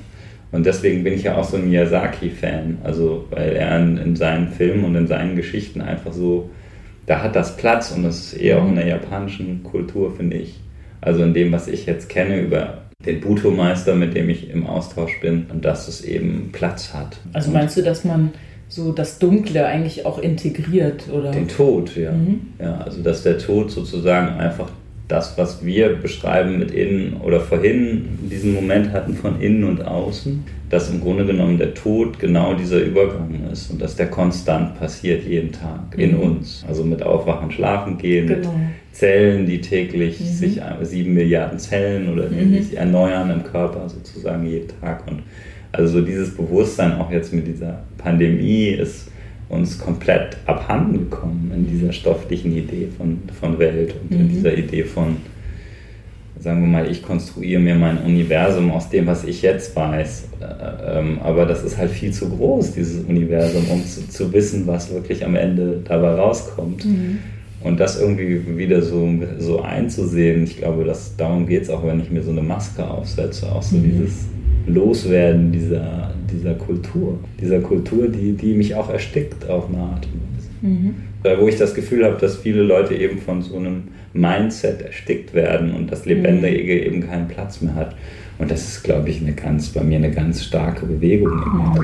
Und deswegen bin ich ja auch so ein Miyazaki-Fan, also weil er in seinen Filmen und in seinen Geschichten einfach so, da hat das Platz und das ist eher auch in der japanischen Kultur, finde ich. Also in dem, was ich jetzt kenne über den Buto-Meister, mit dem ich im Austausch bin, und dass es eben Platz hat. Also meinst du, dass man so das Dunkle eigentlich auch integriert, oder? Den Tod, ja. Ja, also dass der Tod sozusagen einfach das, was wir beschreiben mit innen oder vorhin diesen Moment hatten von innen und außen, dass im Grunde genommen der Tod genau dieser Übergang ist und dass der konstant passiert jeden Tag in uns. Also mit Aufwachen, Schlafen gehen, mit Zellen, die täglich sich 7 Milliarden Zellen oder die sich erneuern im Körper sozusagen jeden Tag. Und also so dieses Bewusstsein auch jetzt mit dieser Pandemie ist uns komplett abhanden gekommen in dieser stofflichen Idee von Welt und in dieser Idee von, sagen wir mal, ich konstruiere mir mein Universum aus dem, was ich jetzt weiß. Aber das ist halt viel zu groß, dieses Universum, um zu wissen, was wirklich am Ende dabei rauskommt. Und das irgendwie wieder so einzusehen, ich glaube, darum geht es auch, wenn ich mir so eine Maske aufsetze, auch so dieses Loswerden dieser Kultur, die mich auch erstickt auf eine Art und Weise. Wo ich das Gefühl habe, dass viele Leute eben von so einem Mindset erstickt werden und das Lebendige eben keinen Platz mehr hat. Und das ist, glaube ich, bei mir eine ganz starke Bewegung.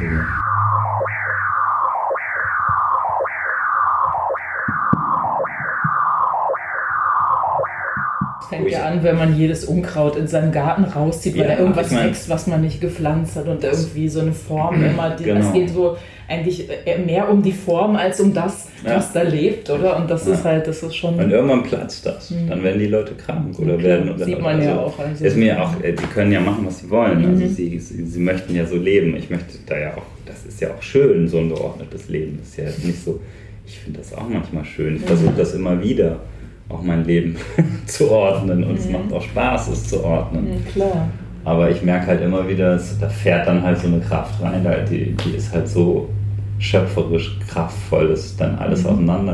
Fängt ja an, wenn man jedes Unkraut in seinem Garten rauszieht, weil da irgendwas wächst, was man nicht gepflanzt hat und irgendwie so eine Form immer, es geht so eigentlich mehr um die Form als um das, was da lebt, oder? Und das ist halt, das ist schon... Und irgendwann platzt das, dann werden die Leute krank oder werden... Oder sieht man ja auch. Also ist mir auch, die können ja machen, was sie wollen, also sie möchten ja so leben, ich möchte da ja auch, das ist ja auch schön, so ein geordnetes Leben, das ist ja nicht so, ich finde das auch manchmal schön, ich versuche das immer wieder, auch mein Leben zu ordnen und es macht auch Spaß, es zu ordnen. Klar. Aber ich merke halt immer wieder, da fährt dann halt so eine Kraft rein, die ist halt so schöpferisch kraftvoll, dass dann alles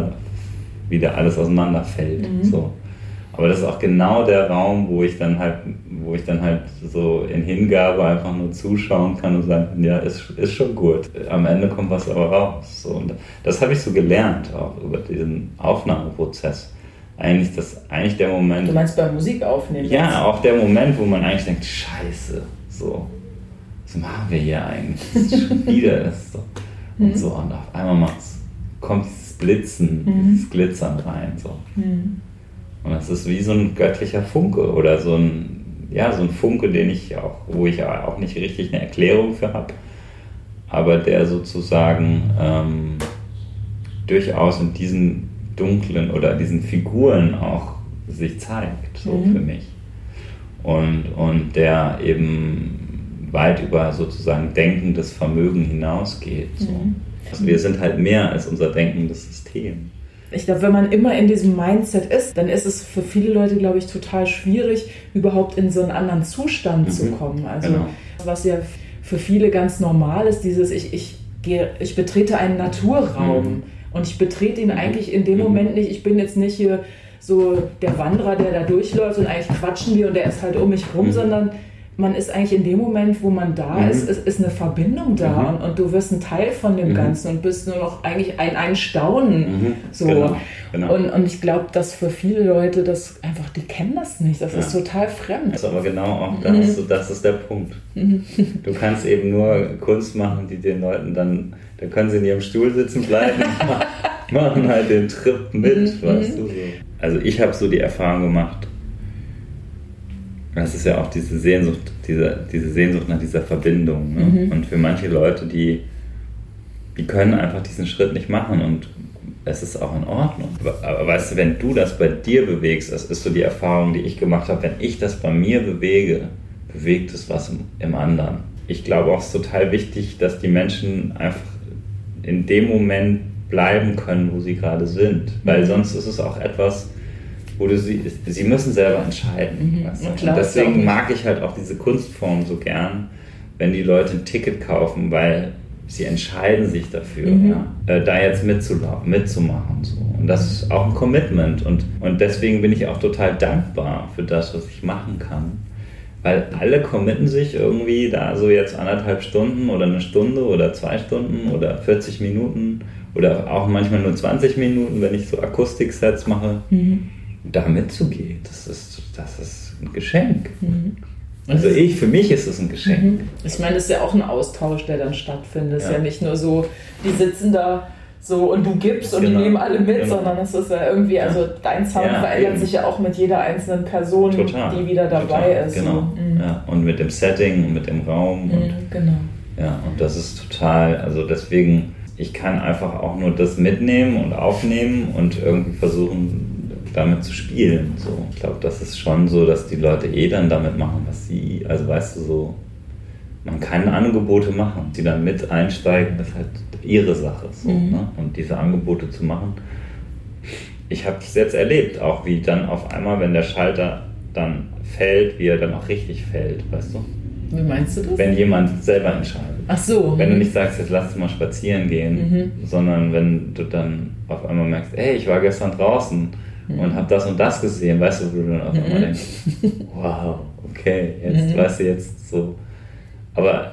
alles auseinanderfällt. So. Aber das ist auch genau der Raum, wo ich dann halt so in Hingabe einfach nur zuschauen kann und sagen, ja, ist schon gut. Am Ende kommt was aber raus. So. Und das habe ich so gelernt, auch über diesen Aufnahmeprozess. Eigentlich der Moment... Du meinst beim Musik aufnehmen? Ja, jetzt? Auch der Moment, wo man eigentlich denkt, Scheiße, so, was machen wir hier eigentlich? Das ist schon wieder das so. Und so, und auf einmal kommt dieses Blitzen, dieses Glitzern rein. So. Und das ist wie so ein göttlicher Funke oder so ein Funke, wo ich auch nicht richtig eine Erklärung für habe, aber der sozusagen durchaus in diesen dunklen oder diesen Figuren auch sich zeigt, so für mich. Und der eben weit über sozusagen denkendes Vermögen hinausgeht. So. Also wir sind halt mehr als unser denkendes System. Ich glaube, wenn man immer in diesem Mindset ist, dann ist es für viele Leute, glaube ich, total schwierig, überhaupt in so einen anderen Zustand zu kommen. Also was ja für viele ganz normal ist, dieses ich betrete einen Naturraum. Und ich betrete ihn eigentlich in dem Moment nicht, ich bin jetzt nicht hier so der Wanderer, der da durchläuft und eigentlich quatschen wir und der ist halt um mich rum, sondern man ist eigentlich in dem Moment, wo man da ist eine Verbindung da und du wirst ein Teil von dem Ganzen und bist nur noch eigentlich ein Staunen. So. Genau. Und ich glaube, dass für viele Leute die kennen das nicht, das ist total fremd. Das ist aber genau auch das ist der Punkt. Du kannst eben nur Kunst machen, die den Leuten dann können sie in ihrem Stuhl sitzen bleiben und machen halt den Trip mit, weißt du so. Also ich habe so die Erfahrung gemacht, das ist ja auch diese Sehnsucht nach dieser Verbindung. Ne? Und für manche Leute, die können einfach diesen Schritt nicht machen und es ist auch in Ordnung. Aber weißt du, wenn du das bei dir bewegst, das ist so die Erfahrung, die ich gemacht habe, wenn ich das bei mir bewege, bewegt es was im anderen. Ich glaube auch, es ist total wichtig, dass die Menschen einfach in dem Moment bleiben können, wo sie gerade sind. Weil sonst ist es auch etwas, wo sie müssen selber entscheiden. Weißt du? Klar, und deswegen mag ich halt auch diese Kunstform so gern, wenn die Leute ein Ticket kaufen, weil sie entscheiden sich dafür, da jetzt mitzumachen. So. Und das ist auch ein Commitment. Und deswegen bin ich auch total dankbar für das, was ich machen kann. Weil alle committen sich irgendwie da so jetzt 1,5 Stunden oder 1 Stunde oder 2 Stunden oder 40 Minuten oder auch manchmal nur 20 Minuten, wenn ich so Akustiksets mache, da mitzugehen. Das ist ein Geschenk. Also für mich ist es ein Geschenk. Ich meine, das ist ja auch ein Austausch, der dann stattfindet. Es ist ja nicht nur so, die sitzen da so und du gibst und die nehmen alle mit, sondern es ist ja irgendwie, also dein Sound verändert sich ja auch mit jeder einzelnen Person, die wieder dabei ist. Genau. Ja. Und mit dem Setting und mit dem Raum. Und, ja, und das ist total, also deswegen, ich kann einfach auch nur das mitnehmen und aufnehmen und irgendwie versuchen, damit zu spielen. So. Ich glaube, das ist schon so, dass die Leute dann damit machen, was sie, also weißt du, so, man kann Angebote machen, die dann mit einsteigen, das ist halt ihre Sache. So, ne? Und diese Angebote zu machen, ich habe es jetzt erlebt, auch wie dann auf einmal, wenn der Schalter dann fällt, wie er dann auch richtig fällt, weißt du? Wie meinst du das? Wenn jemand selber entscheidet. Ach so. Wenn du nicht sagst, jetzt lass uns mal spazieren gehen, sondern wenn du dann auf einmal merkst, ey, ich war gestern draußen und habe das und das gesehen, weißt du, wo du dann auf einmal denkst, wow, okay, jetzt weißt du jetzt so. Aber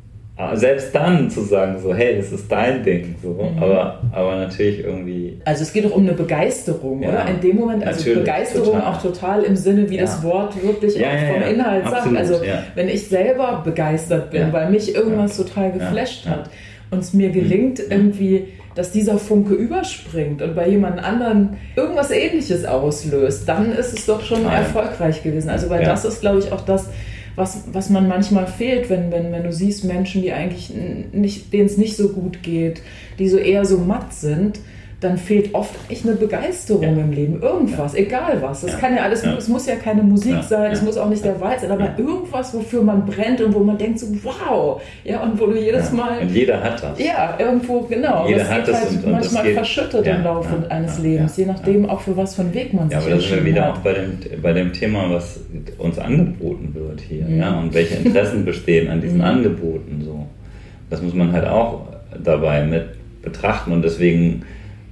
selbst dann zu sagen so, hey, das ist dein Ding, so, aber natürlich irgendwie... Also es geht doch um eine Begeisterung, oder? In dem Moment, also Begeisterung total. Auch total im Sinne, wie das Wort wirklich auch vom Inhalt sagt. Also wenn ich selber begeistert bin, weil mich irgendwas total geflasht hat und es mir gelingt irgendwie, dass dieser Funke überspringt und bei jemand anderen irgendwas Ähnliches auslöst, dann ist es doch schon erfolgreich gewesen. Also weil das ist, glaube ich, auch das, was man manchmal fehlt, wenn du siehst Menschen, die eigentlich nicht, denen es nicht so gut geht, die so eher so matt sind, dann fehlt oft echt eine Begeisterung im Leben. Irgendwas, egal was. Das kann ja alles, es muss ja keine Musik sein, es muss auch nicht der Wald sein, aber irgendwas, wofür man brennt und wo man denkt so, wow, ja, und wo du jedes Mal... Und jeder hat das. Ja, irgendwo, genau. Jeder hat das halt und manchmal das verschüttet im Laufe eines Lebens, je nachdem auch für was für einen Weg man sich aber das sind wir wieder auch bei dem Thema, was uns angeboten wird hier, und welche Interessen bestehen an diesen Angeboten, so. Das muss man halt auch dabei mit betrachten und deswegen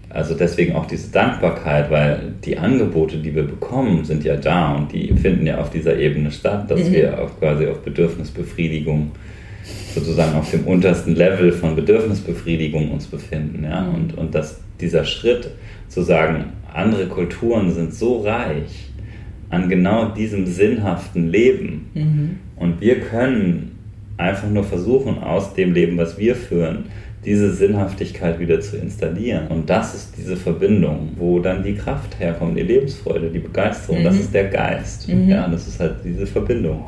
auch diese Dankbarkeit, weil die Angebote, die wir bekommen, sind ja da und die finden ja auf dieser Ebene statt, dass wir auch quasi auf Bedürfnisbefriedigung, sozusagen auf dem untersten Level von Bedürfnisbefriedigung uns befinden. Ja? Und dass dieser Schritt zu sagen, andere Kulturen sind so reich an genau diesem sinnhaften Leben und wir können einfach nur versuchen, aus dem Leben, was wir führen, diese Sinnhaftigkeit wieder zu installieren. Und das ist diese Verbindung, wo dann die Kraft herkommt, die Lebensfreude, die Begeisterung, das ist der Geist. Ja, das ist halt diese Verbindung.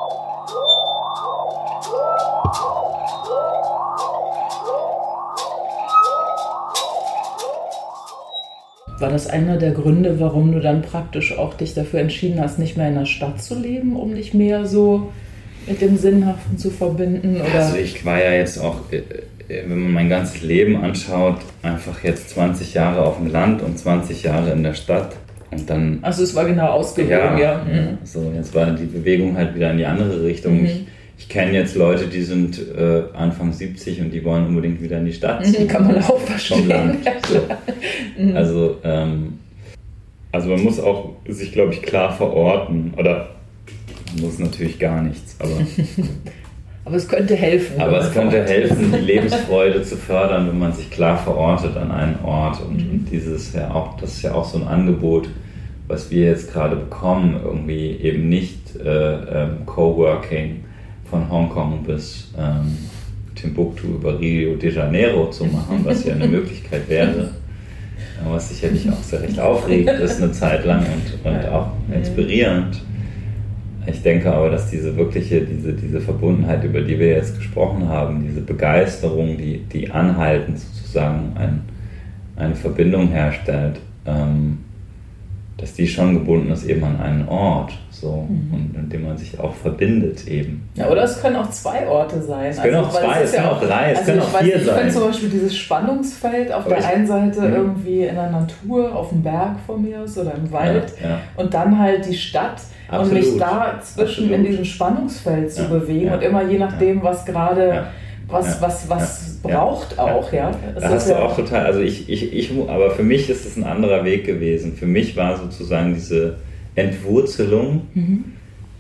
War das einer der Gründe, warum du dann praktisch auch dich dafür entschieden hast, nicht mehr in der Stadt zu leben, um dich mehr so mit dem Sinnhaften zu verbinden? Oder? Also ich war ja jetzt auch, wenn man mein ganzes Leben anschaut, einfach jetzt 20 Jahre auf dem Land und 20 Jahre in der Stadt. Und dann, also es war genau ausgewogen, ja. So, jetzt war die Bewegung halt wieder in die andere Richtung. Ich kenne jetzt Leute, die sind Anfang 70 und die wollen unbedingt wieder in die Stadt. Kann man auch verstehen. Land. So. Also man muss auch sich, glaube ich, klar verorten. Oder man muss natürlich gar nichts, aber... Aber es könnte helfen. Aber es könnte helfen, die Lebensfreude zu fördern, wenn man sich klar verortet an einen Ort. Und dieses ja auch, das ist ja auch so ein Angebot, was wir jetzt gerade bekommen, irgendwie eben nicht Coworking von Hongkong bis Timbuktu über Rio de Janeiro zu machen, was ja eine Möglichkeit wäre, was sicherlich auch sehr recht aufregend ist eine Zeit lang und auch inspirierend. Ich denke aber, dass diese Verbundenheit, über die wir jetzt gesprochen haben, diese Begeisterung, die anhaltend sozusagen eine Verbindung herstellt, dass die schon gebunden ist eben an einen Ort, so, und in dem man sich auch verbindet eben. Ja, oder es können auch 2 Orte sein. Es können auch 2, es können auch 3, es können auch 4 sein. Ich finde zum Beispiel dieses Spannungsfeld auf der einen Seite irgendwie in der Natur, auf dem Berg von mir aus oder im Wald und dann halt die Stadt. Absolut. Und mich dazwischen in diesem Spannungsfeld zu bewegen und immer je nachdem, was gerade was braucht auch, ja. Da hast du auch total, also aber für mich ist es ein anderer Weg gewesen. Für mich war sozusagen diese Entwurzelung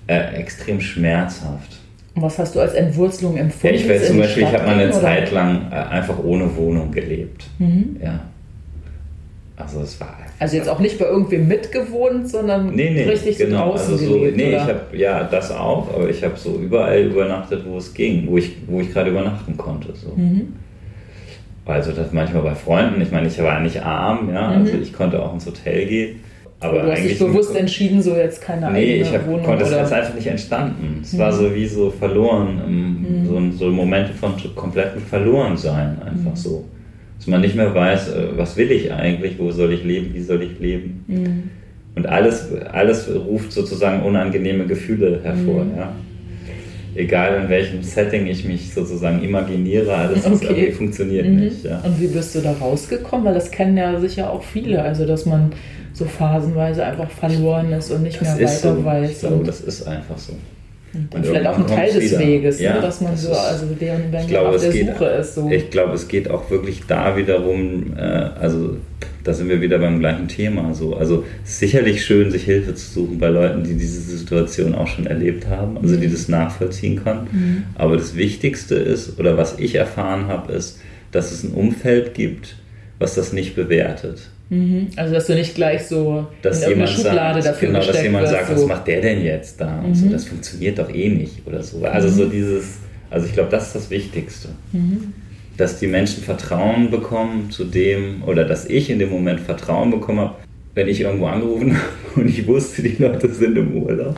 Extrem schmerzhaft. Und was hast du als Entwurzelung empfunden? Ja, ich habe mal eine Zeit lang einfach ohne Wohnung gelebt. Ja. Also es war also jetzt auch nicht bei irgendwem mitgewohnt, sondern richtig genau. draußen gelebt, ich habe das auch, aber ich habe so überall übernachtet, wo es ging, wo ich gerade übernachten konnte. So. Also das manchmal bei Freunden, ich meine, ich war nicht arm, ja, also ich konnte auch ins Hotel gehen. Aber du hast dich bewusst entschieden, so jetzt keine eigene Wohnung? Das ist einfach nicht entstanden. Es war so wie so verloren, so Momente von komplettem Verlorensein, einfach so. Dass man nicht mehr weiß, was will ich eigentlich, wo soll ich leben, wie soll ich leben. Und alles ruft sozusagen unangenehme Gefühle hervor. Ja? Egal in welchem Setting ich mich sozusagen imaginiere, alles funktioniert nicht. Ja? Und wie bist du da rausgekommen? Weil das kennen ja sicher auch viele, also dass man so phasenweise einfach verloren ist und nicht mehr weiter weiß. Ich glaube, das ist einfach so. Und vielleicht auch ein Teil des Weges, ne? Dass man so, also während man auf der Suche ist. So. Ich glaube, es geht auch wirklich da wiederum, also da sind wir wieder beim gleichen Thema. So. Also es ist sicherlich schön, sich Hilfe zu suchen bei Leuten, die diese Situation auch schon erlebt haben, also die das nachvollziehen können. Aber das Wichtigste ist, oder was ich erfahren habe, ist, dass es ein Umfeld gibt, was das nicht bewertet. Also dass du nicht gleich so in irgendeine Schublade dafür gesteckt wirst. Dass jemand sagt, was macht der denn jetzt da? Und so, das funktioniert doch eh nicht oder so. Also so dieses, also ich glaube, das ist das Wichtigste. Dass die Menschen Vertrauen bekommen zu dem, oder dass ich in dem Moment Vertrauen bekommen habe, wenn ich irgendwo angerufen habe und ich wusste, die Leute sind im Urlaub.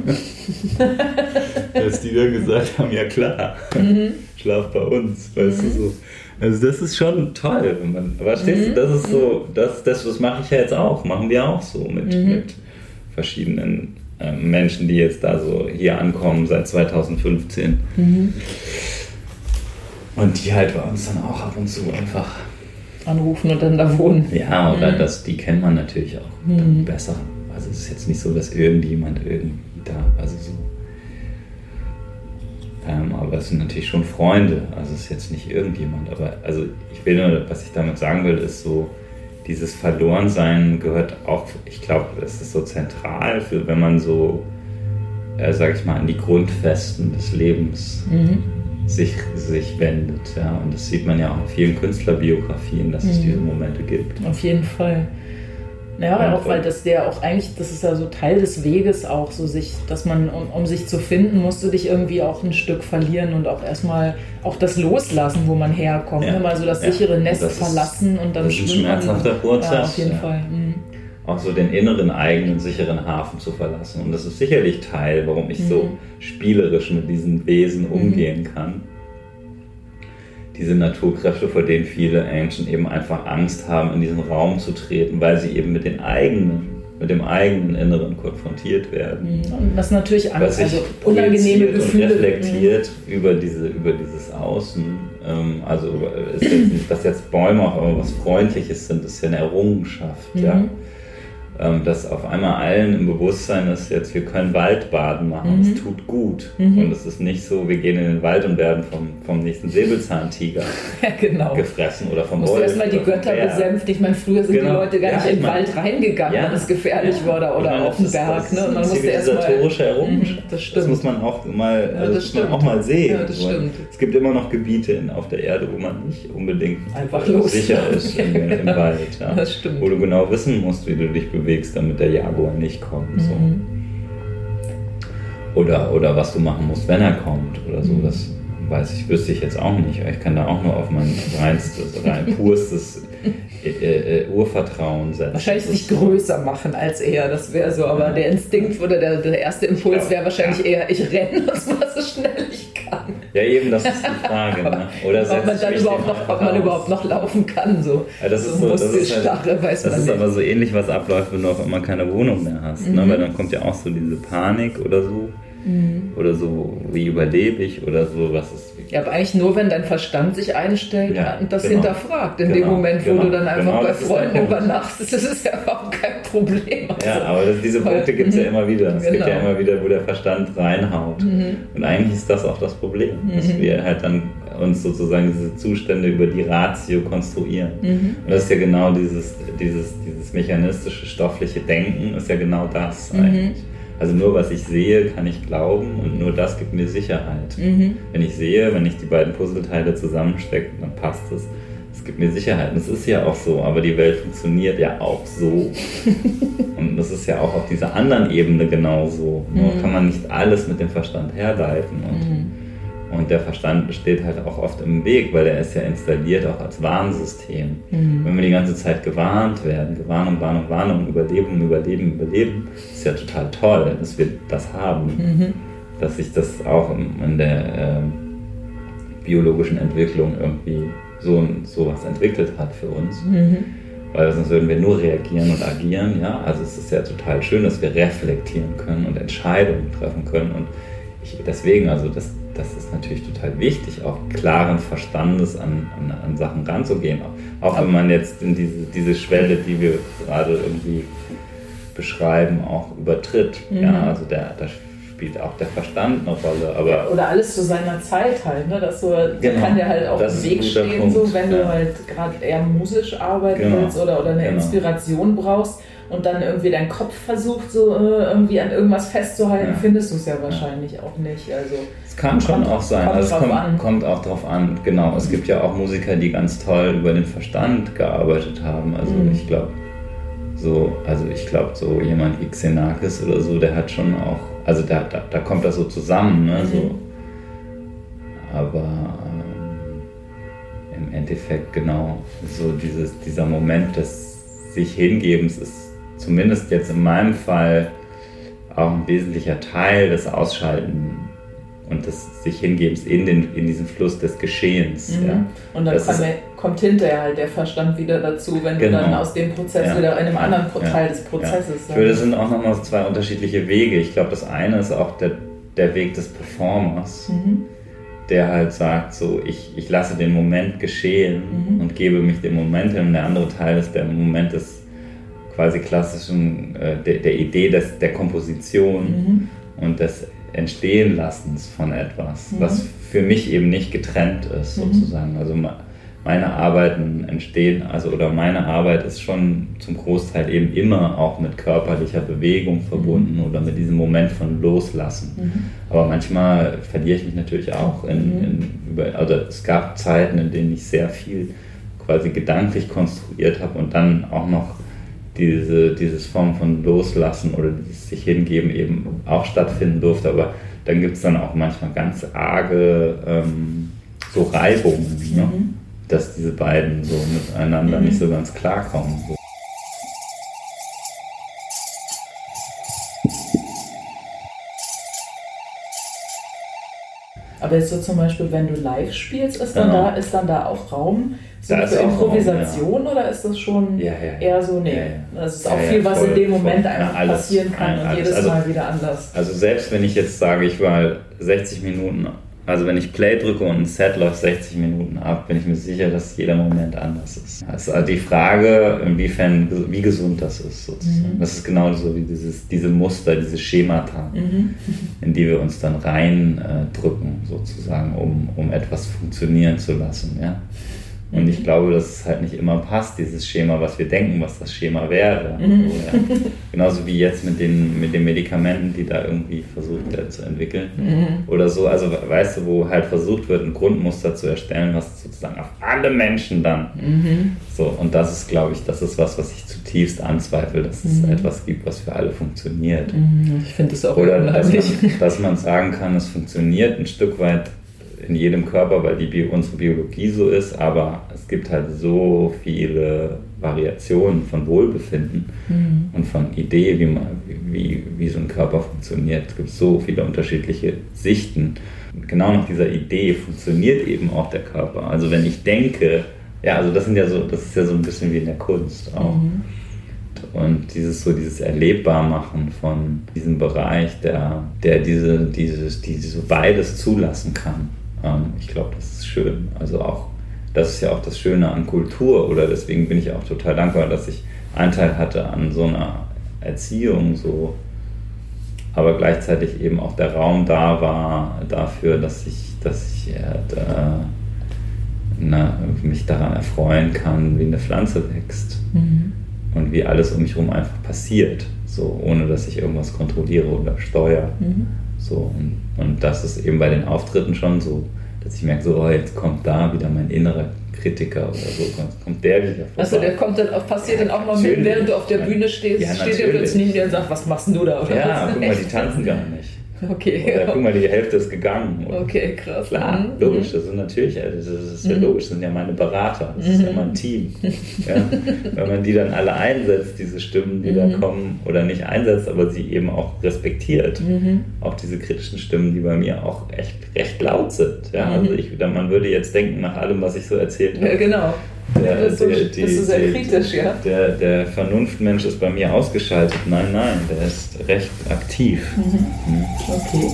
Dass die dann gesagt haben, ja klar, schlaf bei uns, weißt du so. Also das ist schon toll, wenn man, verstehst du, das ist so, das mache ich ja jetzt auch, machen wir auch so mit verschiedenen Menschen, die jetzt da so hier ankommen seit 2015. Und die halt bei uns dann auch ab und zu einfach anrufen und dann da wohnen. Ja, oder die kennt man natürlich auch besser. Also es ist jetzt nicht so, dass irgendjemand irgendwie da, also so. Aber es sind natürlich schon Freunde, also es ist jetzt nicht irgendjemand, aber also ich will nur, was ich damit sagen will, ist so, dieses Verlorensein gehört auch, ich glaube, das ist so zentral für, wenn man so, sag ich mal, an die Grundfesten des Lebens sich wendet, ja, und das sieht man ja auch in vielen Künstlerbiografien, dass es diese Momente gibt. Auf jeden Fall. Ja, auch weil das ist ja so Teil des Weges auch, so dass man, um sich zu finden, musst du dich irgendwie auch ein Stück verlieren und auch erstmal auch das loslassen, wo man herkommt. Ja. Mal so das sichere Nest verlassen und dann das ist ein schmerzhafter Prozess. Ja, auf jeden Fall. Auch so den inneren, eigenen, sicheren Hafen zu verlassen. Und das ist sicherlich Teil, warum ich so spielerisch mit diesen Wesen umgehen kann. Diese Naturkräfte, vor denen viele Menschen eben einfach Angst haben, in diesen Raum zu treten, weil sie eben mit dem eigenen Inneren konfrontiert werden. Und das natürlich Angst, also unangenehme Gefühle. Und reflektiert über dieses Außen. Also ist jetzt nicht, dass jetzt Bäume auch was Freundliches sind, das ist ja eine Errungenschaft. Ja? Dass auf einmal allen im Bewusstsein ist jetzt, wir können Waldbaden machen, es tut gut. Und es ist nicht so, wir gehen in den Wald und werden vom nächsten Säbelzahntiger gefressen oder vom Wolf. Du musst erstmal die Götter besänftigen. Ich meine, früher sind die Leute gar nicht in den Wald reingegangen, wenn es gefährlich war oder auf den Berg. Das ist eine zivilisatorische Errungenschaft. Das stimmt. Das muss man auch mal sehen. Ja, das stimmt. Es gibt immer noch Gebiete auf der Erde, wo man nicht unbedingt einfach sicher ist im Wald. Ja. Das stimmt. Wo du genau wissen musst, wie du dich bewegst, damit der Jaguar nicht kommt. So. Oder was du machen musst, wenn er kommt oder so. Das wüsste ich jetzt auch nicht. Ich kann da auch nur auf mein purstes Urvertrauen setzen. Wahrscheinlich sich größer machen als er, das wäre so. Aber der Instinkt oder der erste Impuls wäre wahrscheinlich eher, ich renne und zwar so schnell ich kann. Ja, eben, das ist die Frage. Ne? Oder ob man überhaupt noch laufen kann. So. Ja, das ist Muskelstarre, weiß man nicht. Das ist aber so ähnlich, was abläuft, wenn du auch immer keine Wohnung mehr hast. Ne? Weil dann kommt ja auch so diese Panik oder so. Oder so, wie überlebe ich oder so, was ist. Ja, aber eigentlich nur, wenn dein Verstand sich einstellt und das hinterfragt. In dem Moment, wo du dann einfach bei Freunden übernachtest, das ist ja überhaupt kein Problem. Also, ja, aber diese Punkte gibt es ja immer wieder. Es gibt ja immer wieder, wo der Verstand reinhaut. Und eigentlich ist das auch das Problem, dass wir halt dann uns sozusagen diese Zustände über die Ratio konstruieren. Und das ist ja genau dieses mechanistische, stoffliche Denken, ist ja genau das eigentlich. Also nur was ich sehe, kann ich glauben und nur das gibt mir Sicherheit. Wenn ich sehe, wenn ich die beiden Puzzleteile zusammenstecke, dann passt es. Es gibt mir Sicherheit. Und es ist ja auch so, aber die Welt funktioniert ja auch so. Und das ist ja auch auf dieser anderen Ebene genauso. Nur kann man nicht alles mit dem Verstand herleiten. Und der Verstand steht halt auch oft im Weg, weil er ist ja installiert auch als Warnsystem. Wenn wir die ganze Zeit gewarnt werden, Warnung, Überleben, ist ja total toll, dass wir das haben. Dass sich das auch in der biologischen Entwicklung irgendwie so was entwickelt hat für uns. Weil sonst würden wir nur reagieren und agieren. Ja? Also es ist ja total schön, dass wir reflektieren können und Entscheidungen treffen können. Und deswegen, also das ist natürlich total wichtig, auch klaren Verstandes an Sachen ranzugehen. Auch wenn man jetzt in diese Schwelle, die wir gerade irgendwie beschreiben, auch übertritt. Ja? Also da spielt auch der Verstand eine Rolle. Aber oder alles zu seiner Zeit halt, ne? Dass kann dir halt auch im Weg stehen, Punkt. So, wenn du halt gerade eher musisch arbeiten willst oder eine Inspiration brauchst und dann irgendwie dein Kopf versucht, so irgendwie an irgendwas festzuhalten, findest du es ja wahrscheinlich auch nicht. Also es kann schon auch sein. Es kommt auch drauf an. Genau. Es gibt ja auch Musiker, die ganz toll über den Verstand gearbeitet haben. Also ich glaube, so jemand wie Xenakis oder so, der hat schon auch, also da kommt das so zusammen, ne? So. Aber im Endeffekt genau, so dieser Moment des sich Hingebens ist zumindest jetzt in meinem Fall auch ein wesentlicher Teil des Ausschalten und des sich Hingebens in diesen Fluss des Geschehens. Ja. Und dann kommt hinterher halt der Verstand wieder dazu, wenn du dann aus dem Prozess wieder in einem anderen Teil des Prozesses. Ich würde, das sind auch nochmal zwei unterschiedliche Wege. Ich glaube, das eine ist auch der Weg des Performers, der halt sagt, so ich lasse den Moment geschehen und gebe mich dem Moment hin. Und der andere Teil ist der Moment des quasi klassischen, der Idee der Komposition und des Entstehenlassens von etwas, was für mich eben nicht getrennt ist, sozusagen. Also meine Arbeiten entstehen, oder meine Arbeit ist schon zum Großteil eben immer auch mit körperlicher Bewegung verbunden oder mit diesem Moment von Loslassen. Aber manchmal verliere ich mich natürlich auch es gab Zeiten, in denen ich sehr viel quasi gedanklich konstruiert habe und dann auch noch dieses Form von Loslassen oder dieses sich hingeben eben auch stattfinden durfte, aber dann gibt es dann auch manchmal ganz arge so Reibungen, ne? Dass diese beiden so miteinander nicht so ganz klarkommen. So. Aber jetzt so zum Beispiel, wenn du live spielst, ist dann da auch Raum so für Improvisation Raum, oder ist das schon eher so, das ist auch viel, was in dem Moment einfach passieren kann und jedes Mal wieder anders. Also selbst wenn ich jetzt sage, ich war 60 Minuten, also wenn ich Play drücke und ein Set läuft 60 Minuten ab, bin ich mir sicher, dass jeder Moment anders ist. Das ist also die Frage, wie gesund das ist sozusagen. Das ist genau so wie diese Muster, diese Schemata, in die wir uns dann reindrücken sozusagen, um etwas funktionieren zu lassen. Ja? Und ich glaube, dass es halt nicht immer passt, dieses Schema, was wir denken, was das Schema wäre. So, ja. Genauso wie jetzt mit den Medikamenten, die da irgendwie versucht werden zu entwickeln. Oder so, also weißt du, wo halt versucht wird, ein Grundmuster zu erstellen, was sozusagen auf alle Menschen dann. So, und das ist, glaube ich, das ist was ich zutiefst anzweifle, dass es etwas gibt, was für alle funktioniert. Ich finde das auch oder dass man sagen kann, es funktioniert ein Stück weit in jedem Körper, weil unsere Biologie so ist, aber es gibt halt so viele Variationen von Wohlbefinden und von Idee, wie so ein Körper funktioniert. Es gibt so viele unterschiedliche Sichten. Und genau nach dieser Idee funktioniert eben auch der Körper. Also wenn ich denke, das ist ja so ein bisschen wie in der Kunst auch. Und dieses Erlebbarmachen von diesem Bereich, der so beides zulassen kann. Ich glaube, das ist schön. Also auch, das ist ja auch das Schöne an Kultur, oder deswegen bin ich auch total dankbar, dass ich Anteil hatte an so einer Erziehung, so, aber gleichzeitig eben auch der Raum da war dafür, dass ich mich daran erfreuen kann, wie eine Pflanze wächst und wie alles um mich herum einfach passiert. so ohne dass ich irgendwas kontrolliere oder steuere. So, und das ist eben bei den Auftritten schon so, dass ich merke, so, jetzt kommt da wieder mein innerer Kritiker oder so, kommt der wieder vorbei. Also der kommt dann, passiert dann auch noch mit, während du auf der Bühne stehst, steht der plötzlich neben dir und sagt, was machst du da? Oder ja, guck mal, die tanzen gar nicht. Okay. Oder guck mal, die Hälfte ist gegangen. Oder? Okay, krass. Klar, logisch, das sind natürlich, das ist ja logisch, das sind ja meine Berater, das ist ja mein Team. Ja? Wenn man die dann alle einsetzt, diese Stimmen, die da kommen, oder nicht einsetzt, aber sie eben auch respektiert, auch diese kritischen Stimmen, die bei mir auch echt recht laut sind. Ja? Also man würde jetzt denken, nach allem, was ich so erzählt habe. Ja, genau. Bist du sehr kritisch, ja? Der Vernunftmensch ist bei mir ausgeschaltet. Nein, der ist recht aktiv. Okay.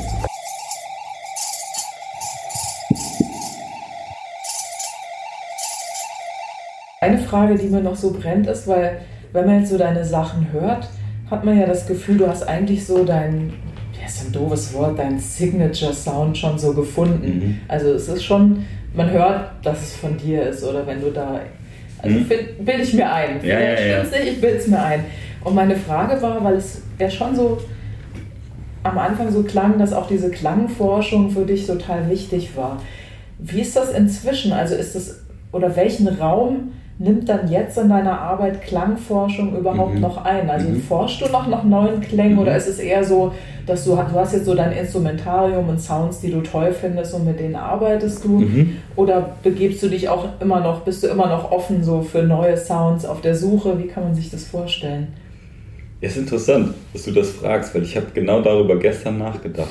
Eine Frage, die mir noch so brennt, ist, weil wenn man jetzt so deine Sachen hört, hat man ja das Gefühl, du hast eigentlich so dein, das ist ein doofes Wort, dein Signature-Sound schon so gefunden. Also es ist schon, man hört, dass es von dir ist, oder wenn du da, also bilde ich mir ein. Vielleicht stimmt's nicht, ich bilde es mir ein. Und meine Frage war, weil es ja schon so am Anfang so klang, dass auch diese Klangforschung für dich total wichtig war. Wie ist das inzwischen? Also ist das, oder welchen Raum nimmt dann jetzt in deiner Arbeit Klangforschung überhaupt noch ein? Also forschst du noch nach neuen Klängen oder ist es eher so, dass du hast jetzt so dein Instrumentarium und Sounds, die du toll findest und mit denen arbeitest du? Oder begibst du dich auch immer noch, bist du immer noch offen so für neue Sounds auf der Suche? Wie kann man sich das vorstellen? Ja, ist interessant, dass du das fragst, weil ich habe genau darüber gestern nachgedacht.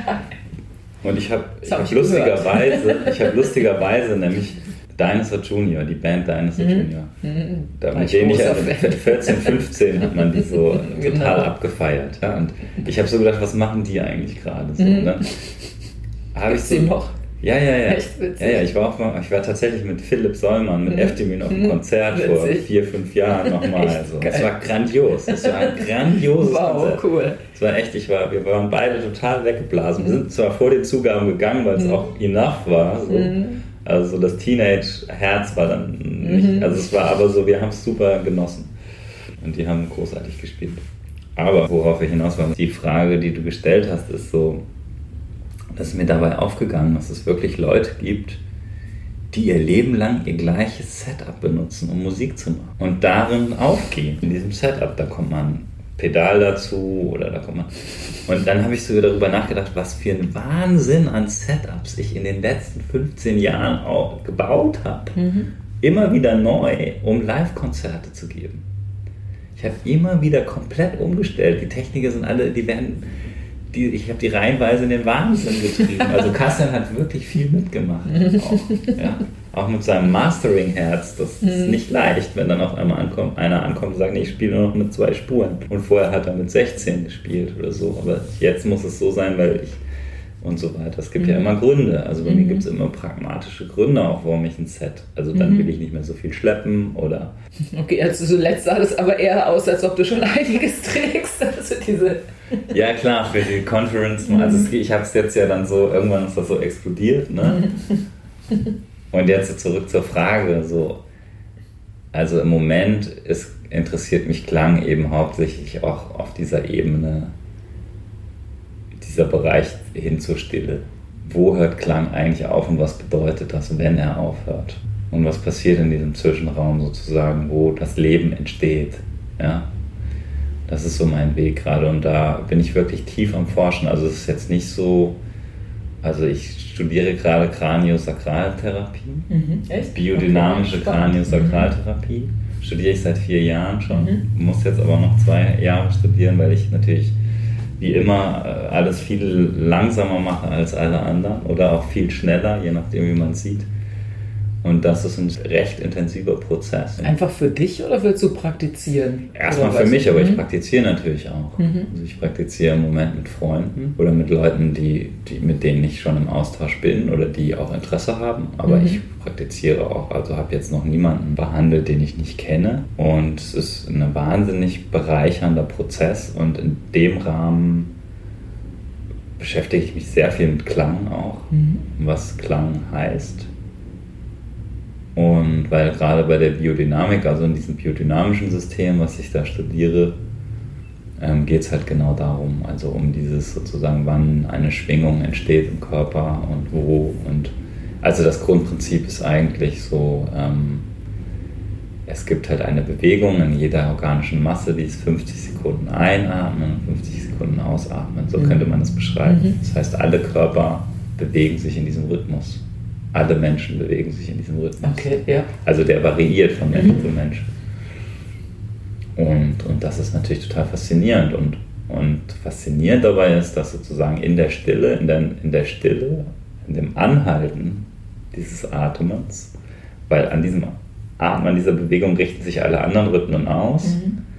Und ich habe lustigerweise nämlich Dinosaur Junior, die Band Dinosaur Junior. Mit denen ich 14, 15 hat man die so total abgefeiert. Ja? Und ich habe so gedacht, was machen die eigentlich gerade? So, ne? Gibt's die noch? Ja. Echt witzig. Ja, ich war tatsächlich mit Philipp Sollmann, mit Eftemin auf einem Konzert vor 4-5 Jahren nochmal. Also. Es war grandios. Es war ein grandioses Konzert. Cool. Es war echt, wir waren beide total weggeblasen. Wir sind zwar vor den Zugaben gegangen, weil es auch enough war. So. Also das Teenage-Herz war dann nicht, also es war aber so, wir haben es super genossen. Und die haben großartig gespielt. Aber worauf wir hinaus waren, die Frage, die du gestellt hast, ist so, dass mir dabei aufgegangen, dass es wirklich Leute gibt, die ihr Leben lang ihr gleiches Setup benutzen, um Musik zu machen. Und darin aufgehen, in diesem Setup. Da kommt man Pedal dazu oder da kommt man... Und dann habe ich so darüber nachgedacht, was für ein Wahnsinn an Setups ich in den letzten 15 Jahren auch gebaut habe. Immer wieder neu, um Live-Konzerte zu geben. Ich habe immer wieder komplett umgestellt. Die Techniker sind alle, ich habe die reihenweise in den Wahnsinn getrieben. Also Kassian hat wirklich viel mitgemacht. Auch mit seinem Mastering-Herz. Das ist nicht leicht, wenn dann auf einmal einer ankommt und sagt, nee, ich spiele nur noch mit 2 Spuren. Und vorher hat er mit 16 gespielt oder so. Aber jetzt muss es so sein, weil ich und so weiter. Es gibt ja immer Gründe. Also bei mir gibt es immer pragmatische Gründe auch, warum ich ein Set. Also dann will ich nicht mehr so viel schleppen oder... Okay, also zuletzt sah das aber eher aus, als ob du schon einiges trägst. Also diese... Ja klar, für die Conference. Also ich habe es jetzt ja dann so, irgendwann ist das so explodiert. Ne? Und jetzt zurück zur Frage. So, also im Moment interessiert mich Klang eben hauptsächlich auch auf dieser Ebene, dieser Bereich hin zur Stille. Wo hört Klang eigentlich auf und was bedeutet das, wenn er aufhört? Und was passiert in diesem Zwischenraum sozusagen, wo das Leben entsteht? Ja? Das ist so mein Weg gerade und da bin ich wirklich tief am Forschen. Also es ist jetzt nicht so, also ich studiere gerade Kraniosakraltherapie, Echt? Biodynamische Kraniosakraltherapie. Studiere ich seit 4 Jahren schon, muss jetzt aber noch 2 Jahre studieren, weil ich natürlich wie immer alles viel langsamer mache als alle anderen oder auch viel schneller, je nachdem wie man es sieht. Und das ist ein recht intensiver Prozess. Einfach für dich oder willst du praktizieren? Erstmal für mich, aber ich praktiziere natürlich auch. Also ich praktiziere im Moment mit Freunden oder mit Leuten, mit denen ich schon im Austausch bin oder die auch Interesse haben. Aber ich praktiziere auch, also habe jetzt noch niemanden behandelt, den ich nicht kenne. Und es ist ein wahnsinnig bereichernder Prozess und in dem Rahmen beschäftige ich mich sehr viel mit Klang auch, was Klang heißt. Und weil gerade bei der Biodynamik, also in diesem biodynamischen System, was ich da studiere, geht es halt genau darum, also um dieses sozusagen, wann eine Schwingung entsteht im Körper und wo. Und also das Grundprinzip ist eigentlich so, es gibt halt eine Bewegung in jeder organischen Masse, die ist 50 Sekunden einatmen und 50 Sekunden ausatmen. So könnte man es beschreiben. Das heißt, alle Körper bewegen sich in diesem Rhythmus. Alle Menschen bewegen sich in diesem Rhythmus. Okay, ja. Also der variiert von Mensch zu Mensch. Und das ist natürlich total faszinierend. Und faszinierend dabei ist, dass sozusagen in der Stille, in dem Anhalten dieses Atemens, weil an diesem Atmen, an dieser Bewegung richten sich alle anderen Rhythmen aus.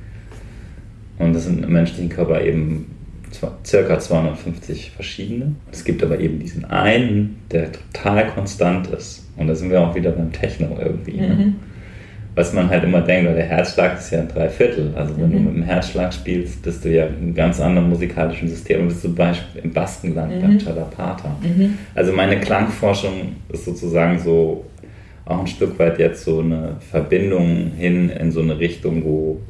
Und das sind im menschlichen Körper eben circa 250 verschiedene. Es gibt aber eben diesen einen, der total konstant ist. Und da sind wir auch wieder beim Techno irgendwie. Ne? Was man halt immer denkt, weil der Herzschlag ist ja ein Dreiviertel. Also wenn du mit dem Herzschlag spielst, bist du ja in einem ganz anderen musikalischen System. Du bist zum Beispiel im Baskenland beim Chalaparta. Also meine Klangforschung ist sozusagen so auch ein Stück weit jetzt so eine Verbindung hin in so eine Richtung, wo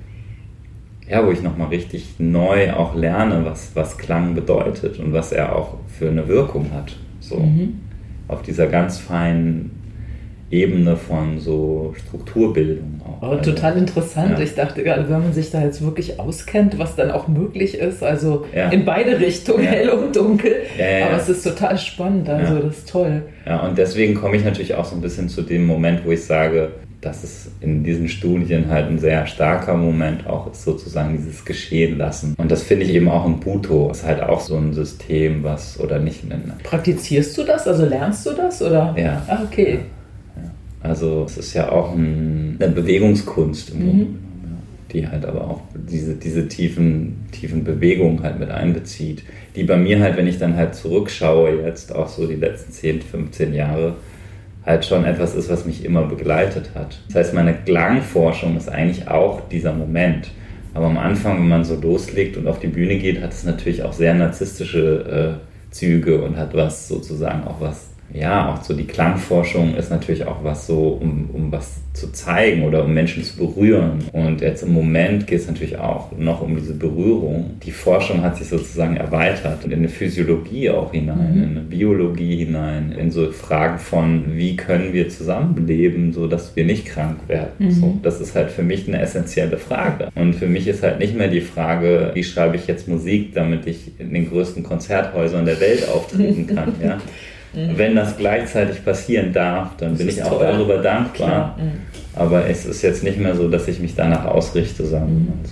ich nochmal richtig neu auch lerne, was Klang bedeutet und was er auch für eine Wirkung hat. So auf dieser ganz feinen Ebene von so Strukturbildung auch. Oh, total interessant. Ja. Ich dachte gerade, wenn man sich da jetzt wirklich auskennt, was dann auch möglich ist, also in beide Richtungen, hell und dunkel. Aber es ist total spannend, also das ist toll. Ja, und deswegen komme ich natürlich auch so ein bisschen zu dem Moment, wo ich sage, dass es in diesen Studien halt ein sehr starker Moment auch ist, sozusagen dieses Geschehen lassen. Und das finde ich eben auch im Buto. Das ist halt auch so ein System, was, oder nicht. Praktizierst du das? Also lernst du das? Oder? Ja. Ah, okay. Ja. Also es ist ja auch eine Bewegungskunst im Grunde genommen, die halt aber auch diese tiefen Bewegungen halt mit einbezieht. Die bei mir halt, wenn ich dann halt zurückschaue, jetzt auch so die letzten 10, 15 Jahre, halt schon etwas ist, was mich immer begleitet hat. Das heißt, meine Klangforschung ist eigentlich auch dieser Moment. Aber am Anfang, wenn man so loslegt und auf die Bühne geht, hat es natürlich auch sehr narzisstische Züge und hat was sozusagen auch was, auch so die Klangforschung ist natürlich auch was so, um was zu zeigen oder um Menschen zu berühren. Und jetzt im Moment geht es natürlich auch noch um diese Berührung. Die Forschung hat sich sozusagen erweitert und in eine Physiologie auch hinein, in eine Biologie hinein, in so Fragen von, wie können wir zusammenleben, so dass wir nicht krank werden. So, das ist halt für mich eine essentielle Frage. Und für mich ist halt nicht mehr die Frage, wie schreibe ich jetzt Musik, damit ich in den größten Konzerthäusern der Welt auftreten kann, ja. Wenn das gleichzeitig passieren darf, dann bin ich auch darüber dankbar. Aber es ist jetzt nicht mehr so, dass ich mich danach ausrichte, sagen wir mal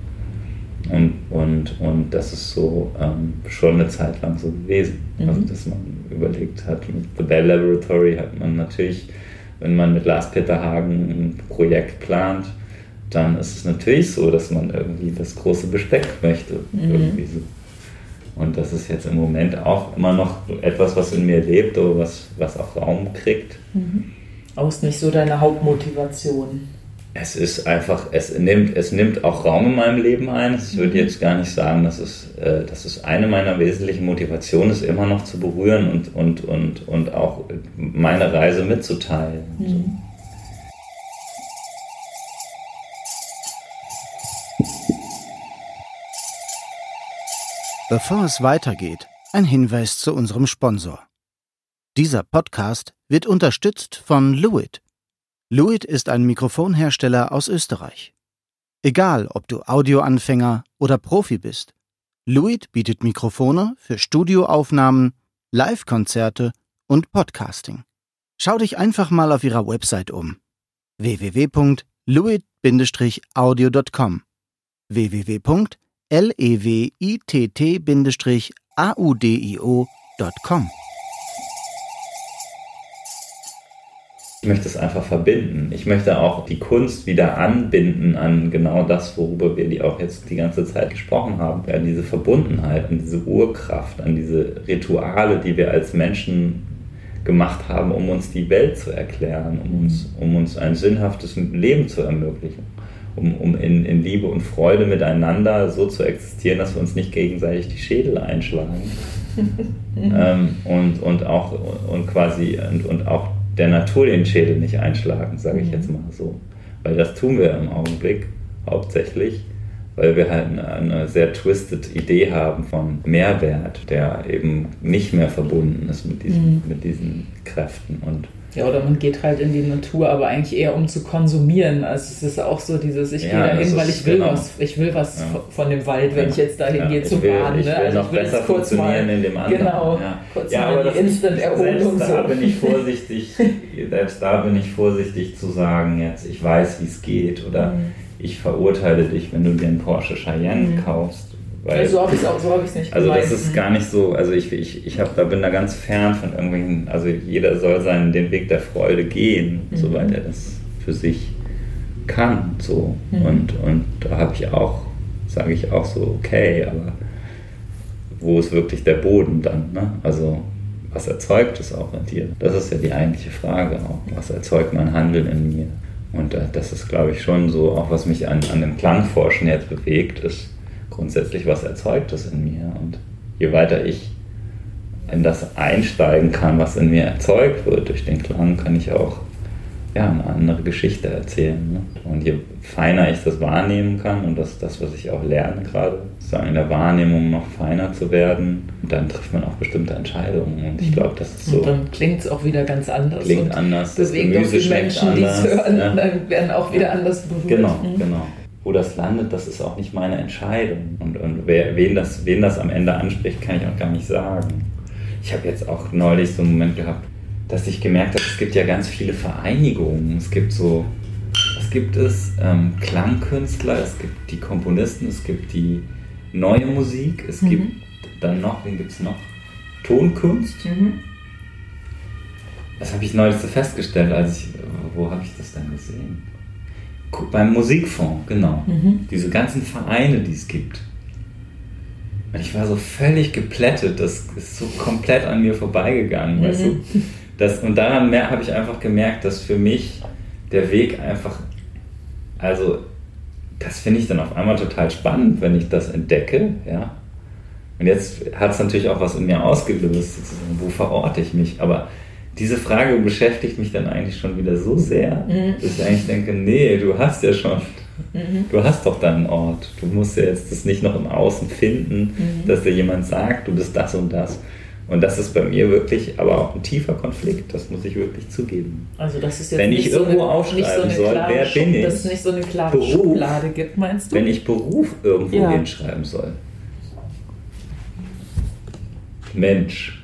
so. Und das ist so schon eine Zeit lang so gewesen. Also, dass man überlegt hat, mit The Bell Laboratory hat man natürlich, wenn man mit Lars Peter Hagen ein Projekt plant, dann ist es natürlich so, dass man irgendwie das große Besteck möchte. Irgendwie so. Und das ist jetzt im Moment auch immer noch etwas, was in mir lebt oder was auch Raum kriegt. Aber ist nicht so deine Hauptmotivation? Es ist einfach, es nimmt auch Raum in meinem Leben ein. Ich würde jetzt gar nicht sagen, dass es eine meiner wesentlichen Motivationen ist, immer noch zu berühren und auch meine Reise mitzuteilen. So. Bevor es weitergeht, ein Hinweis zu unserem Sponsor. Dieser Podcast wird unterstützt von Luit. Luit ist ein Mikrofonhersteller aus Österreich. Egal, ob du Audioanfänger oder Profi bist, Luit bietet Mikrofone für Studioaufnahmen, Live-Konzerte und Podcasting. Schau dich einfach mal auf ihrer Website um. www.luit-audio.com www.lewitt-audio.com. Ich möchte es einfach verbinden. Ich möchte auch die Kunst wieder anbinden an genau das, worüber wir auch jetzt die ganze Zeit gesprochen haben. An diese Verbundenheit, an diese Urkraft, an diese Rituale, die wir als Menschen gemacht haben, um uns die Welt zu erklären, um uns ein sinnhaftes Leben zu ermöglichen. Um in Liebe und Freude miteinander so zu existieren, dass wir uns nicht gegenseitig die Schädel einschlagen. Und auch der Natur den Schädel nicht einschlagen, sage ich jetzt mal so. Weil das tun wir im Augenblick hauptsächlich, weil wir halt eine sehr twisted Idee haben von Mehrwert, der eben nicht mehr verbunden ist mit diesen Kräften. Und ja, oder man geht halt in die Natur, aber eigentlich eher um zu konsumieren. Also es ist auch so dieses, ich gehe dahin, weil ich will was von dem Wald, wenn ich jetzt dahin gehe zu baden. Ich will noch besser funktionieren in dem anderen. Genau, kurz mal die Instant-Erholung. Selbst da bin ich vorsichtig zu sagen, jetzt ich weiß, wie es geht, oder ich verurteile dich, wenn du dir einen Porsche Cayenne kaufst. Weil, so habe ich es nicht also gemeint. Das ist gar nicht so, also ich bin da ganz fern von irgendwelchen, also jeder soll den Weg der Freude gehen, soweit er das für sich kann, so. Und da sage ich auch so, okay, aber wo ist wirklich der Boden dann, ne? Also was erzeugt es auch in dir? Das ist ja die eigentliche Frage auch, was erzeugt mein Handeln in mir? Und das ist, glaube ich, schon so, auch was mich an dem Klangforschen jetzt bewegt, ist grundsätzlich, was erzeugt es in mir? Und je weiter ich in das einsteigen kann, was in mir erzeugt wird durch den Klang, kann ich auch eine andere Geschichte erzählen. Ne? Und je feiner ich das wahrnehmen kann, und das ist das, was ich auch lerne gerade, sozusagen in der Wahrnehmung noch feiner zu werden, dann trifft man auch bestimmte Entscheidungen. Und ich glaube, das ist so. Und dann klingt es auch wieder ganz anders. Klingt anders, das bewegt auch die Menschen, die es hören, dann werden auch wieder anders berührt. Genau. Wo das landet, das ist auch nicht meine Entscheidung. Und wen das am Ende anspricht, kann ich auch gar nicht sagen. Ich habe jetzt auch neulich so einen Moment gehabt, dass ich gemerkt habe, es gibt ja ganz viele Vereinigungen. Es gibt Klangkünstler, es gibt die Komponisten, es gibt die neue Musik, es gibt dann noch, wen gibt es noch? Tonkunst. Das habe ich neulich so festgestellt, wo habe ich das denn gesehen? Beim Musikfonds, genau. Diese ganzen Vereine, die es gibt. Und ich war so völlig geplättet, das ist so komplett an mir vorbeigegangen, weißt du? Und daran habe ich einfach gemerkt, dass für mich der Weg einfach, also das finde ich dann auf einmal total spannend, wenn ich das entdecke, ja. Und jetzt hat es natürlich auch was in mir ausgelöst, sozusagen, wo verorte ich mich, aber diese Frage beschäftigt mich dann eigentlich schon wieder so sehr, dass ich eigentlich denke, nee, du hast ja schon, du hast doch deinen Ort. Du musst ja jetzt das nicht noch im Außen finden, dass dir jemand sagt, du bist das und das. Und das ist bei mir wirklich aber auch ein tiefer Konflikt, das muss ich wirklich zugeben. Also das ist jetzt wenn ich irgendwo aufschreiben soll, wer bin ich? Dass es nicht so eine klare Schublade gibt, meinst du? Wenn ich Beruf irgendwo hinschreiben soll. Mensch.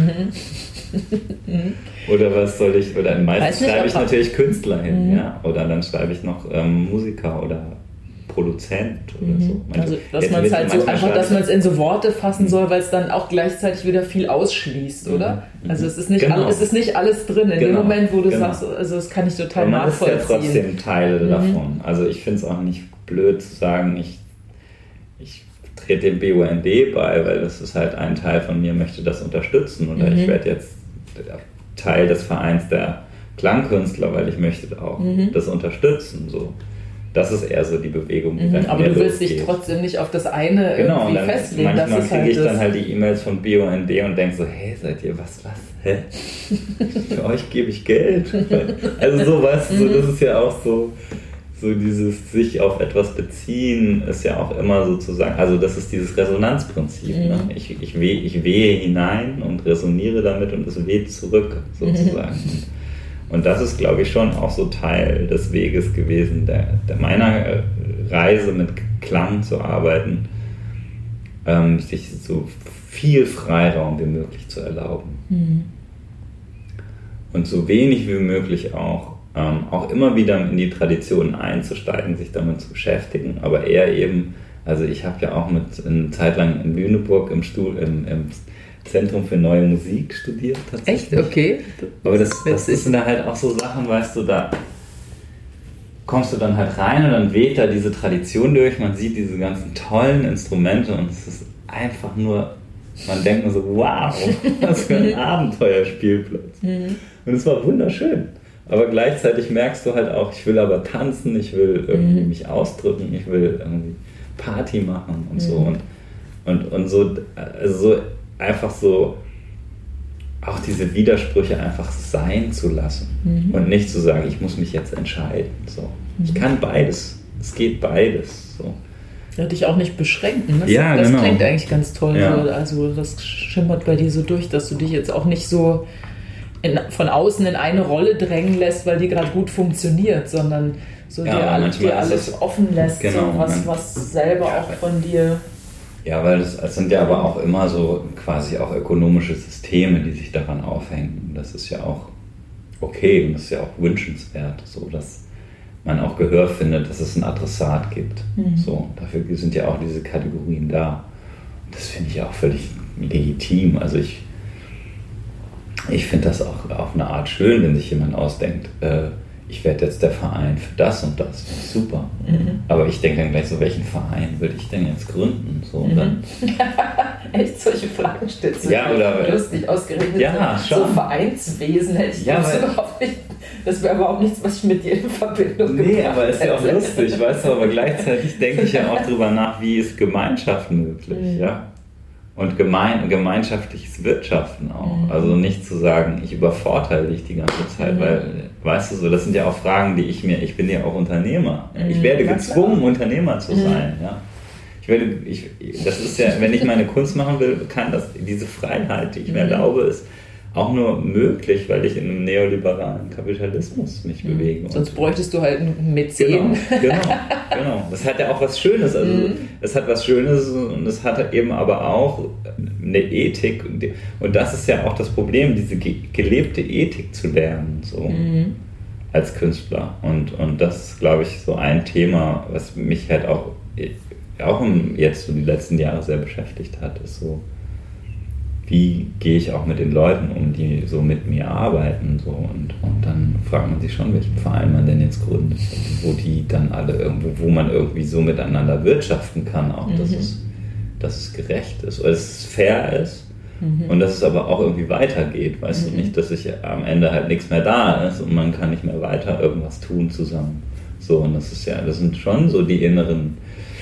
Oder was soll ich, oder meistens schreibe ich natürlich Künstler hin, oder dann schreibe ich noch Musiker oder Produzent oder so. Also, dass man es halt so einfach, dass man es in so Worte fassen soll, weil es dann auch gleichzeitig wieder viel ausschließt, oder? Also es ist nicht, es ist nicht alles drin. In dem Moment, wo du sagst, also das kann ich total nachvollziehen. Man ist ja trotzdem Teile davon. Also ich finde es auch nicht blöd zu sagen, ich trete dem BUND bei, weil das ist halt ein Teil von mir, möchte das unterstützen, oder ich werde jetzt Teil des Vereins der Klangkünstler, weil ich möchte auch das unterstützen, so. Das ist eher so die Bewegung, die dann aber du willst dich trotzdem nicht auf das eine irgendwie festlegen. Manchmal kriege ich dann halt die E-Mails von BUND und denke so, hey, seid ihr was? Hä? Für euch gebe ich Geld. Also so, weißt du, das ist ja auch so dieses sich auf etwas beziehen ist ja auch immer sozusagen, also das ist dieses Resonanzprinzip. Ne? Ich wehe hinein und resoniere damit und es weht zurück sozusagen. Und das ist, glaube ich, schon auch so Teil des Weges gewesen, meiner Reise mit Klang zu arbeiten, sich so viel Freiraum wie möglich zu erlauben. Und so wenig wie möglich auch immer wieder in die Tradition einzusteigen, sich damit zu beschäftigen, aber eher eben, also ich habe ja auch eine Zeit lang in Lüneburg im Zentrum für Neue Musik studiert tatsächlich. Echt? Okay. Aber das sind da halt auch so Sachen, weißt du, da kommst du dann halt rein und dann weht da diese Tradition durch, man sieht diese ganzen tollen Instrumente und es ist einfach nur, man denkt nur so, wow, was für ein Abenteuerspielplatz. Und es war wunderschön. Aber gleichzeitig merkst du halt auch, ich will aber tanzen, ich will irgendwie mich ausdrücken, ich will irgendwie Party machen und so. Und so, also so einfach so auch diese Widersprüche einfach sein zu lassen und nicht zu sagen, ich muss mich jetzt entscheiden. So. Ich kann beides, es geht beides. So. Ja, dich auch nicht beschränken. Das genau. klingt eigentlich ganz toll. Ja. So. Also das schimmert bei dir so durch, dass du dich jetzt auch nicht so von außen in eine Rolle drängen lässt, weil die gerade gut funktioniert, sondern so dir alles offen lässt, genau, so was selber auch von dir... Ja, weil es sind ja aber auch immer so quasi auch ökonomische Systeme, die sich daran aufhängen. Das ist ja auch okay und das ist ja auch wünschenswert, so dass man auch Gehör findet, dass es ein Adressat gibt. So, dafür sind ja auch diese Kategorien da. Und das finde ich auch völlig legitim. Also ich finde das auch auf eine Art schön, wenn sich jemand ausdenkt, ich werde jetzt der Verein für das und das. Finde ich super. Aber ich denke dann gleich so, welchen Verein würde ich denn jetzt gründen? So, und dann Echt, solche Fragen stellst du? Ja, oder lustig ausgerechnet. Ja, schon. So Vereinswesen hätte ich überhaupt nicht. Das wäre überhaupt nichts, was ich mit dir in Verbindung gebracht hätte. Aber ist ja auch lustig, weißt du, aber gleichzeitig denke ich ja auch drüber nach, wie ist Gemeinschaft möglich, ja? Und gemeinschaftliches Wirtschaften auch. Also nicht zu sagen, ich übervorteile dich die ganze Zeit, weil, weißt du so, das sind ja auch Fragen, die ich bin ja auch Unternehmer. Ich werde gezwungen, Unternehmer zu sein, ja. Das ist ja, wenn ich meine Kunst machen will, kann diese Freiheit, die ich mir erlaube, ist auch nur möglich, weil ich in einem neoliberalen Kapitalismus mich bewege. Sonst bräuchtest du halt einen Mäzen. Genau. Das hat ja auch was Schönes. Also es hat was Schönes und es hat eben aber auch eine Ethik. Und das ist ja auch das Problem, diese gelebte Ethik zu lernen, so als Künstler. Und das ist, glaube ich, so ein Thema, was mich halt auch jetzt so die letzten Jahre sehr beschäftigt hat, ist so, wie gehe ich auch mit den Leuten um, die so mit mir arbeiten, so und dann fragt man sich schon, welchen Verein man denn jetzt gründet, wo die dann alle wo man irgendwie so miteinander wirtschaften kann, auch dass es gerecht ist, oder dass es fair ist und dass es aber auch irgendwie weitergeht, weißt du, nicht, dass am Ende halt nichts mehr da ist und man kann nicht mehr weiter irgendwas tun zusammen, so, und das sind schon so die inneren.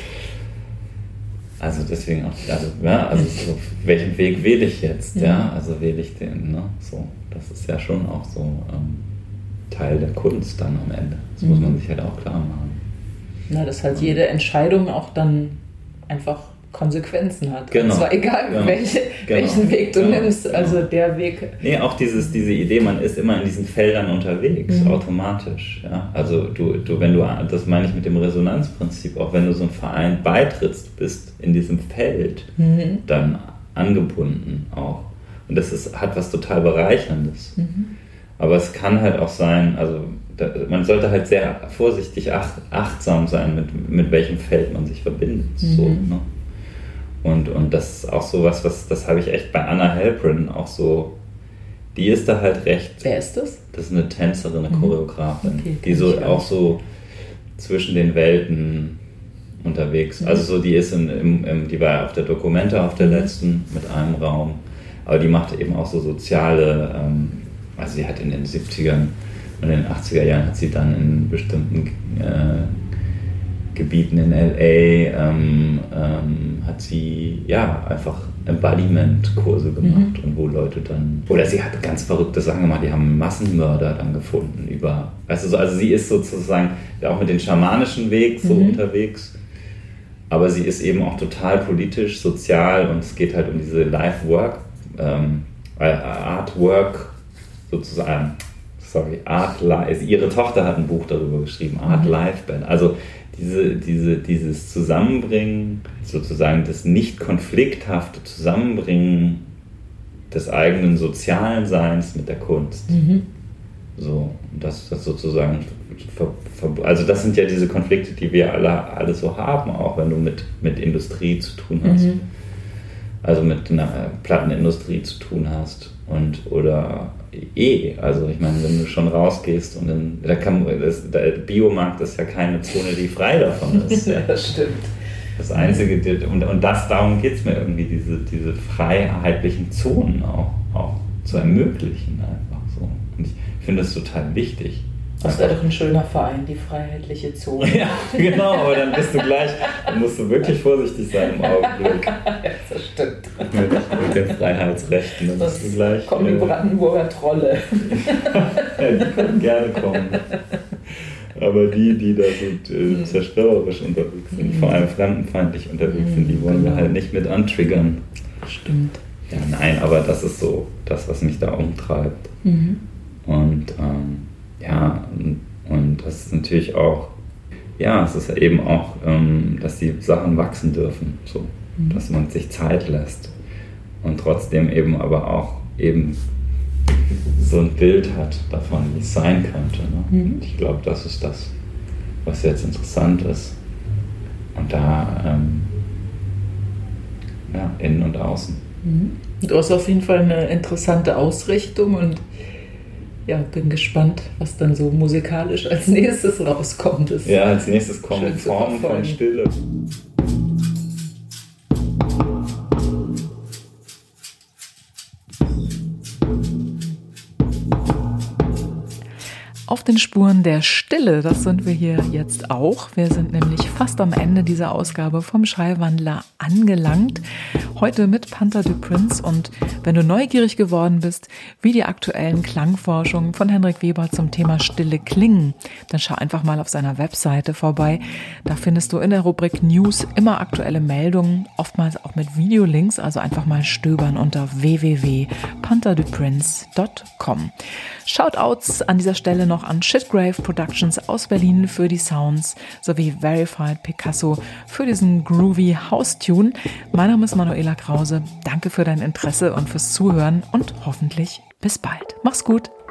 Also deswegen auch, so, welchen Weg wähle ich jetzt, ja, also wähle ich den, ne, so, das ist ja schon auch so Teil der Kunst dann am Ende, das muss man sich halt auch klar machen. Na, dass halt jede Entscheidung auch dann einfach Konsequenzen hat. Genau. Und zwar egal, welchen Weg du nimmst, also der Weg... Nee, auch diese Idee, man ist immer in diesen Feldern unterwegs, automatisch, ja, also wenn du, das meine ich mit dem Resonanzprinzip, auch wenn du so einem Verein beitrittst, bist in diesem Feld dann angebunden auch, und das hat was total Bereicherndes, aber es kann halt auch sein, also man sollte halt sehr vorsichtig, achtsam sein, mit welchem Feld man sich verbindet, so, ne? Und das ist auch so was, das habe ich echt bei Anna Halprin auch so, die ist da halt recht... Wer ist das? Das ist eine Tänzerin, eine Choreografin, die so auch so zwischen den Welten unterwegs, also so, die ist die war auf der Documenta auf der letzten mit einem Raum, aber die macht eben auch so soziale, also sie hat in den 70ern und in den 80er Jahren hat sie dann in bestimmten Gebieten in LA hat sie einfach Embodiment-Kurse gemacht und wo Leute dann, oder sie hat ganz verrückte Sachen gemacht, die haben Massenmörder dann gefunden also sie ist sozusagen auch mit dem schamanischen Weg so unterwegs, aber sie ist eben auch total politisch, sozial, und es geht halt um diese Life-Work, Artwork sozusagen, ihre Tochter hat ein Buch darüber geschrieben, Art-Life-Band, also dieses Zusammenbringen, sozusagen das nicht konflikthafte Zusammenbringen des eigenen sozialen Seins mit der Kunst. So, das sozusagen, also das sind ja diese Konflikte, die wir alle so haben, auch wenn du mit Industrie zu tun hast. Also mit einer Plattenindustrie zu tun hast oder also ich meine, wenn du schon rausgehst und dann, der Biomarkt ist ja keine Zone, die frei davon ist. Ja, das stimmt. Das Einzige, darum geht es mir irgendwie, diese freiheitlichen Zonen auch zu ermöglichen einfach so. Und ich finde das total wichtig. Das wäre doch ein schöner Verein, die freiheitliche Zone. Ja, genau, aber dann musst du wirklich vorsichtig sein im Augenblick. Das stimmt. Mit den Freiheitsrechten. Dann bist du gleich, kommen die Brandenburger Trolle. Ja, die können gerne kommen. Aber die da so zerstörerisch unterwegs sind, vor allem fremdenfeindlich unterwegs sind, die wollen wir halt nicht mit antriggern. Stimmt. Ja, nein, aber das ist so das, was mich da umtreibt. Und und das ist natürlich auch, ja, es ist eben auch, dass die Sachen wachsen dürfen, so, dass man sich Zeit lässt und trotzdem eben aber auch eben so ein Bild hat davon, wie es sein könnte. Ne? Und ich glaube, das ist das, was jetzt interessant ist. Und da, innen und außen. Du hast auf jeden Fall eine interessante Ausrichtung und ja, bin gespannt, was dann so musikalisch als nächstes rauskommt. Ja, als nächstes kommen Formen von Stille. Auf den Spuren der Stille, das sind wir hier jetzt auch. Wir sind nämlich fast am Ende dieser Ausgabe vom Schallwandler angelangt. Heute mit Panther du Prince, und wenn du neugierig geworden bist, wie die aktuellen Klangforschungen von Hendrik Weber zum Thema Stille klingen, dann schau einfach mal auf seiner Webseite vorbei. Da findest du in der Rubrik News immer aktuelle Meldungen, oftmals auch mit Videolinks, also einfach mal stöbern unter www.pantherduprince.com. Shoutouts an dieser Stelle noch an Shitgrave Productions aus Berlin für die Sounds sowie Verified Picasso für diesen groovy House-Tune. Mein Name ist Manuela Krause. Danke für dein Interesse und fürs Zuhören und hoffentlich bis bald. Mach's gut.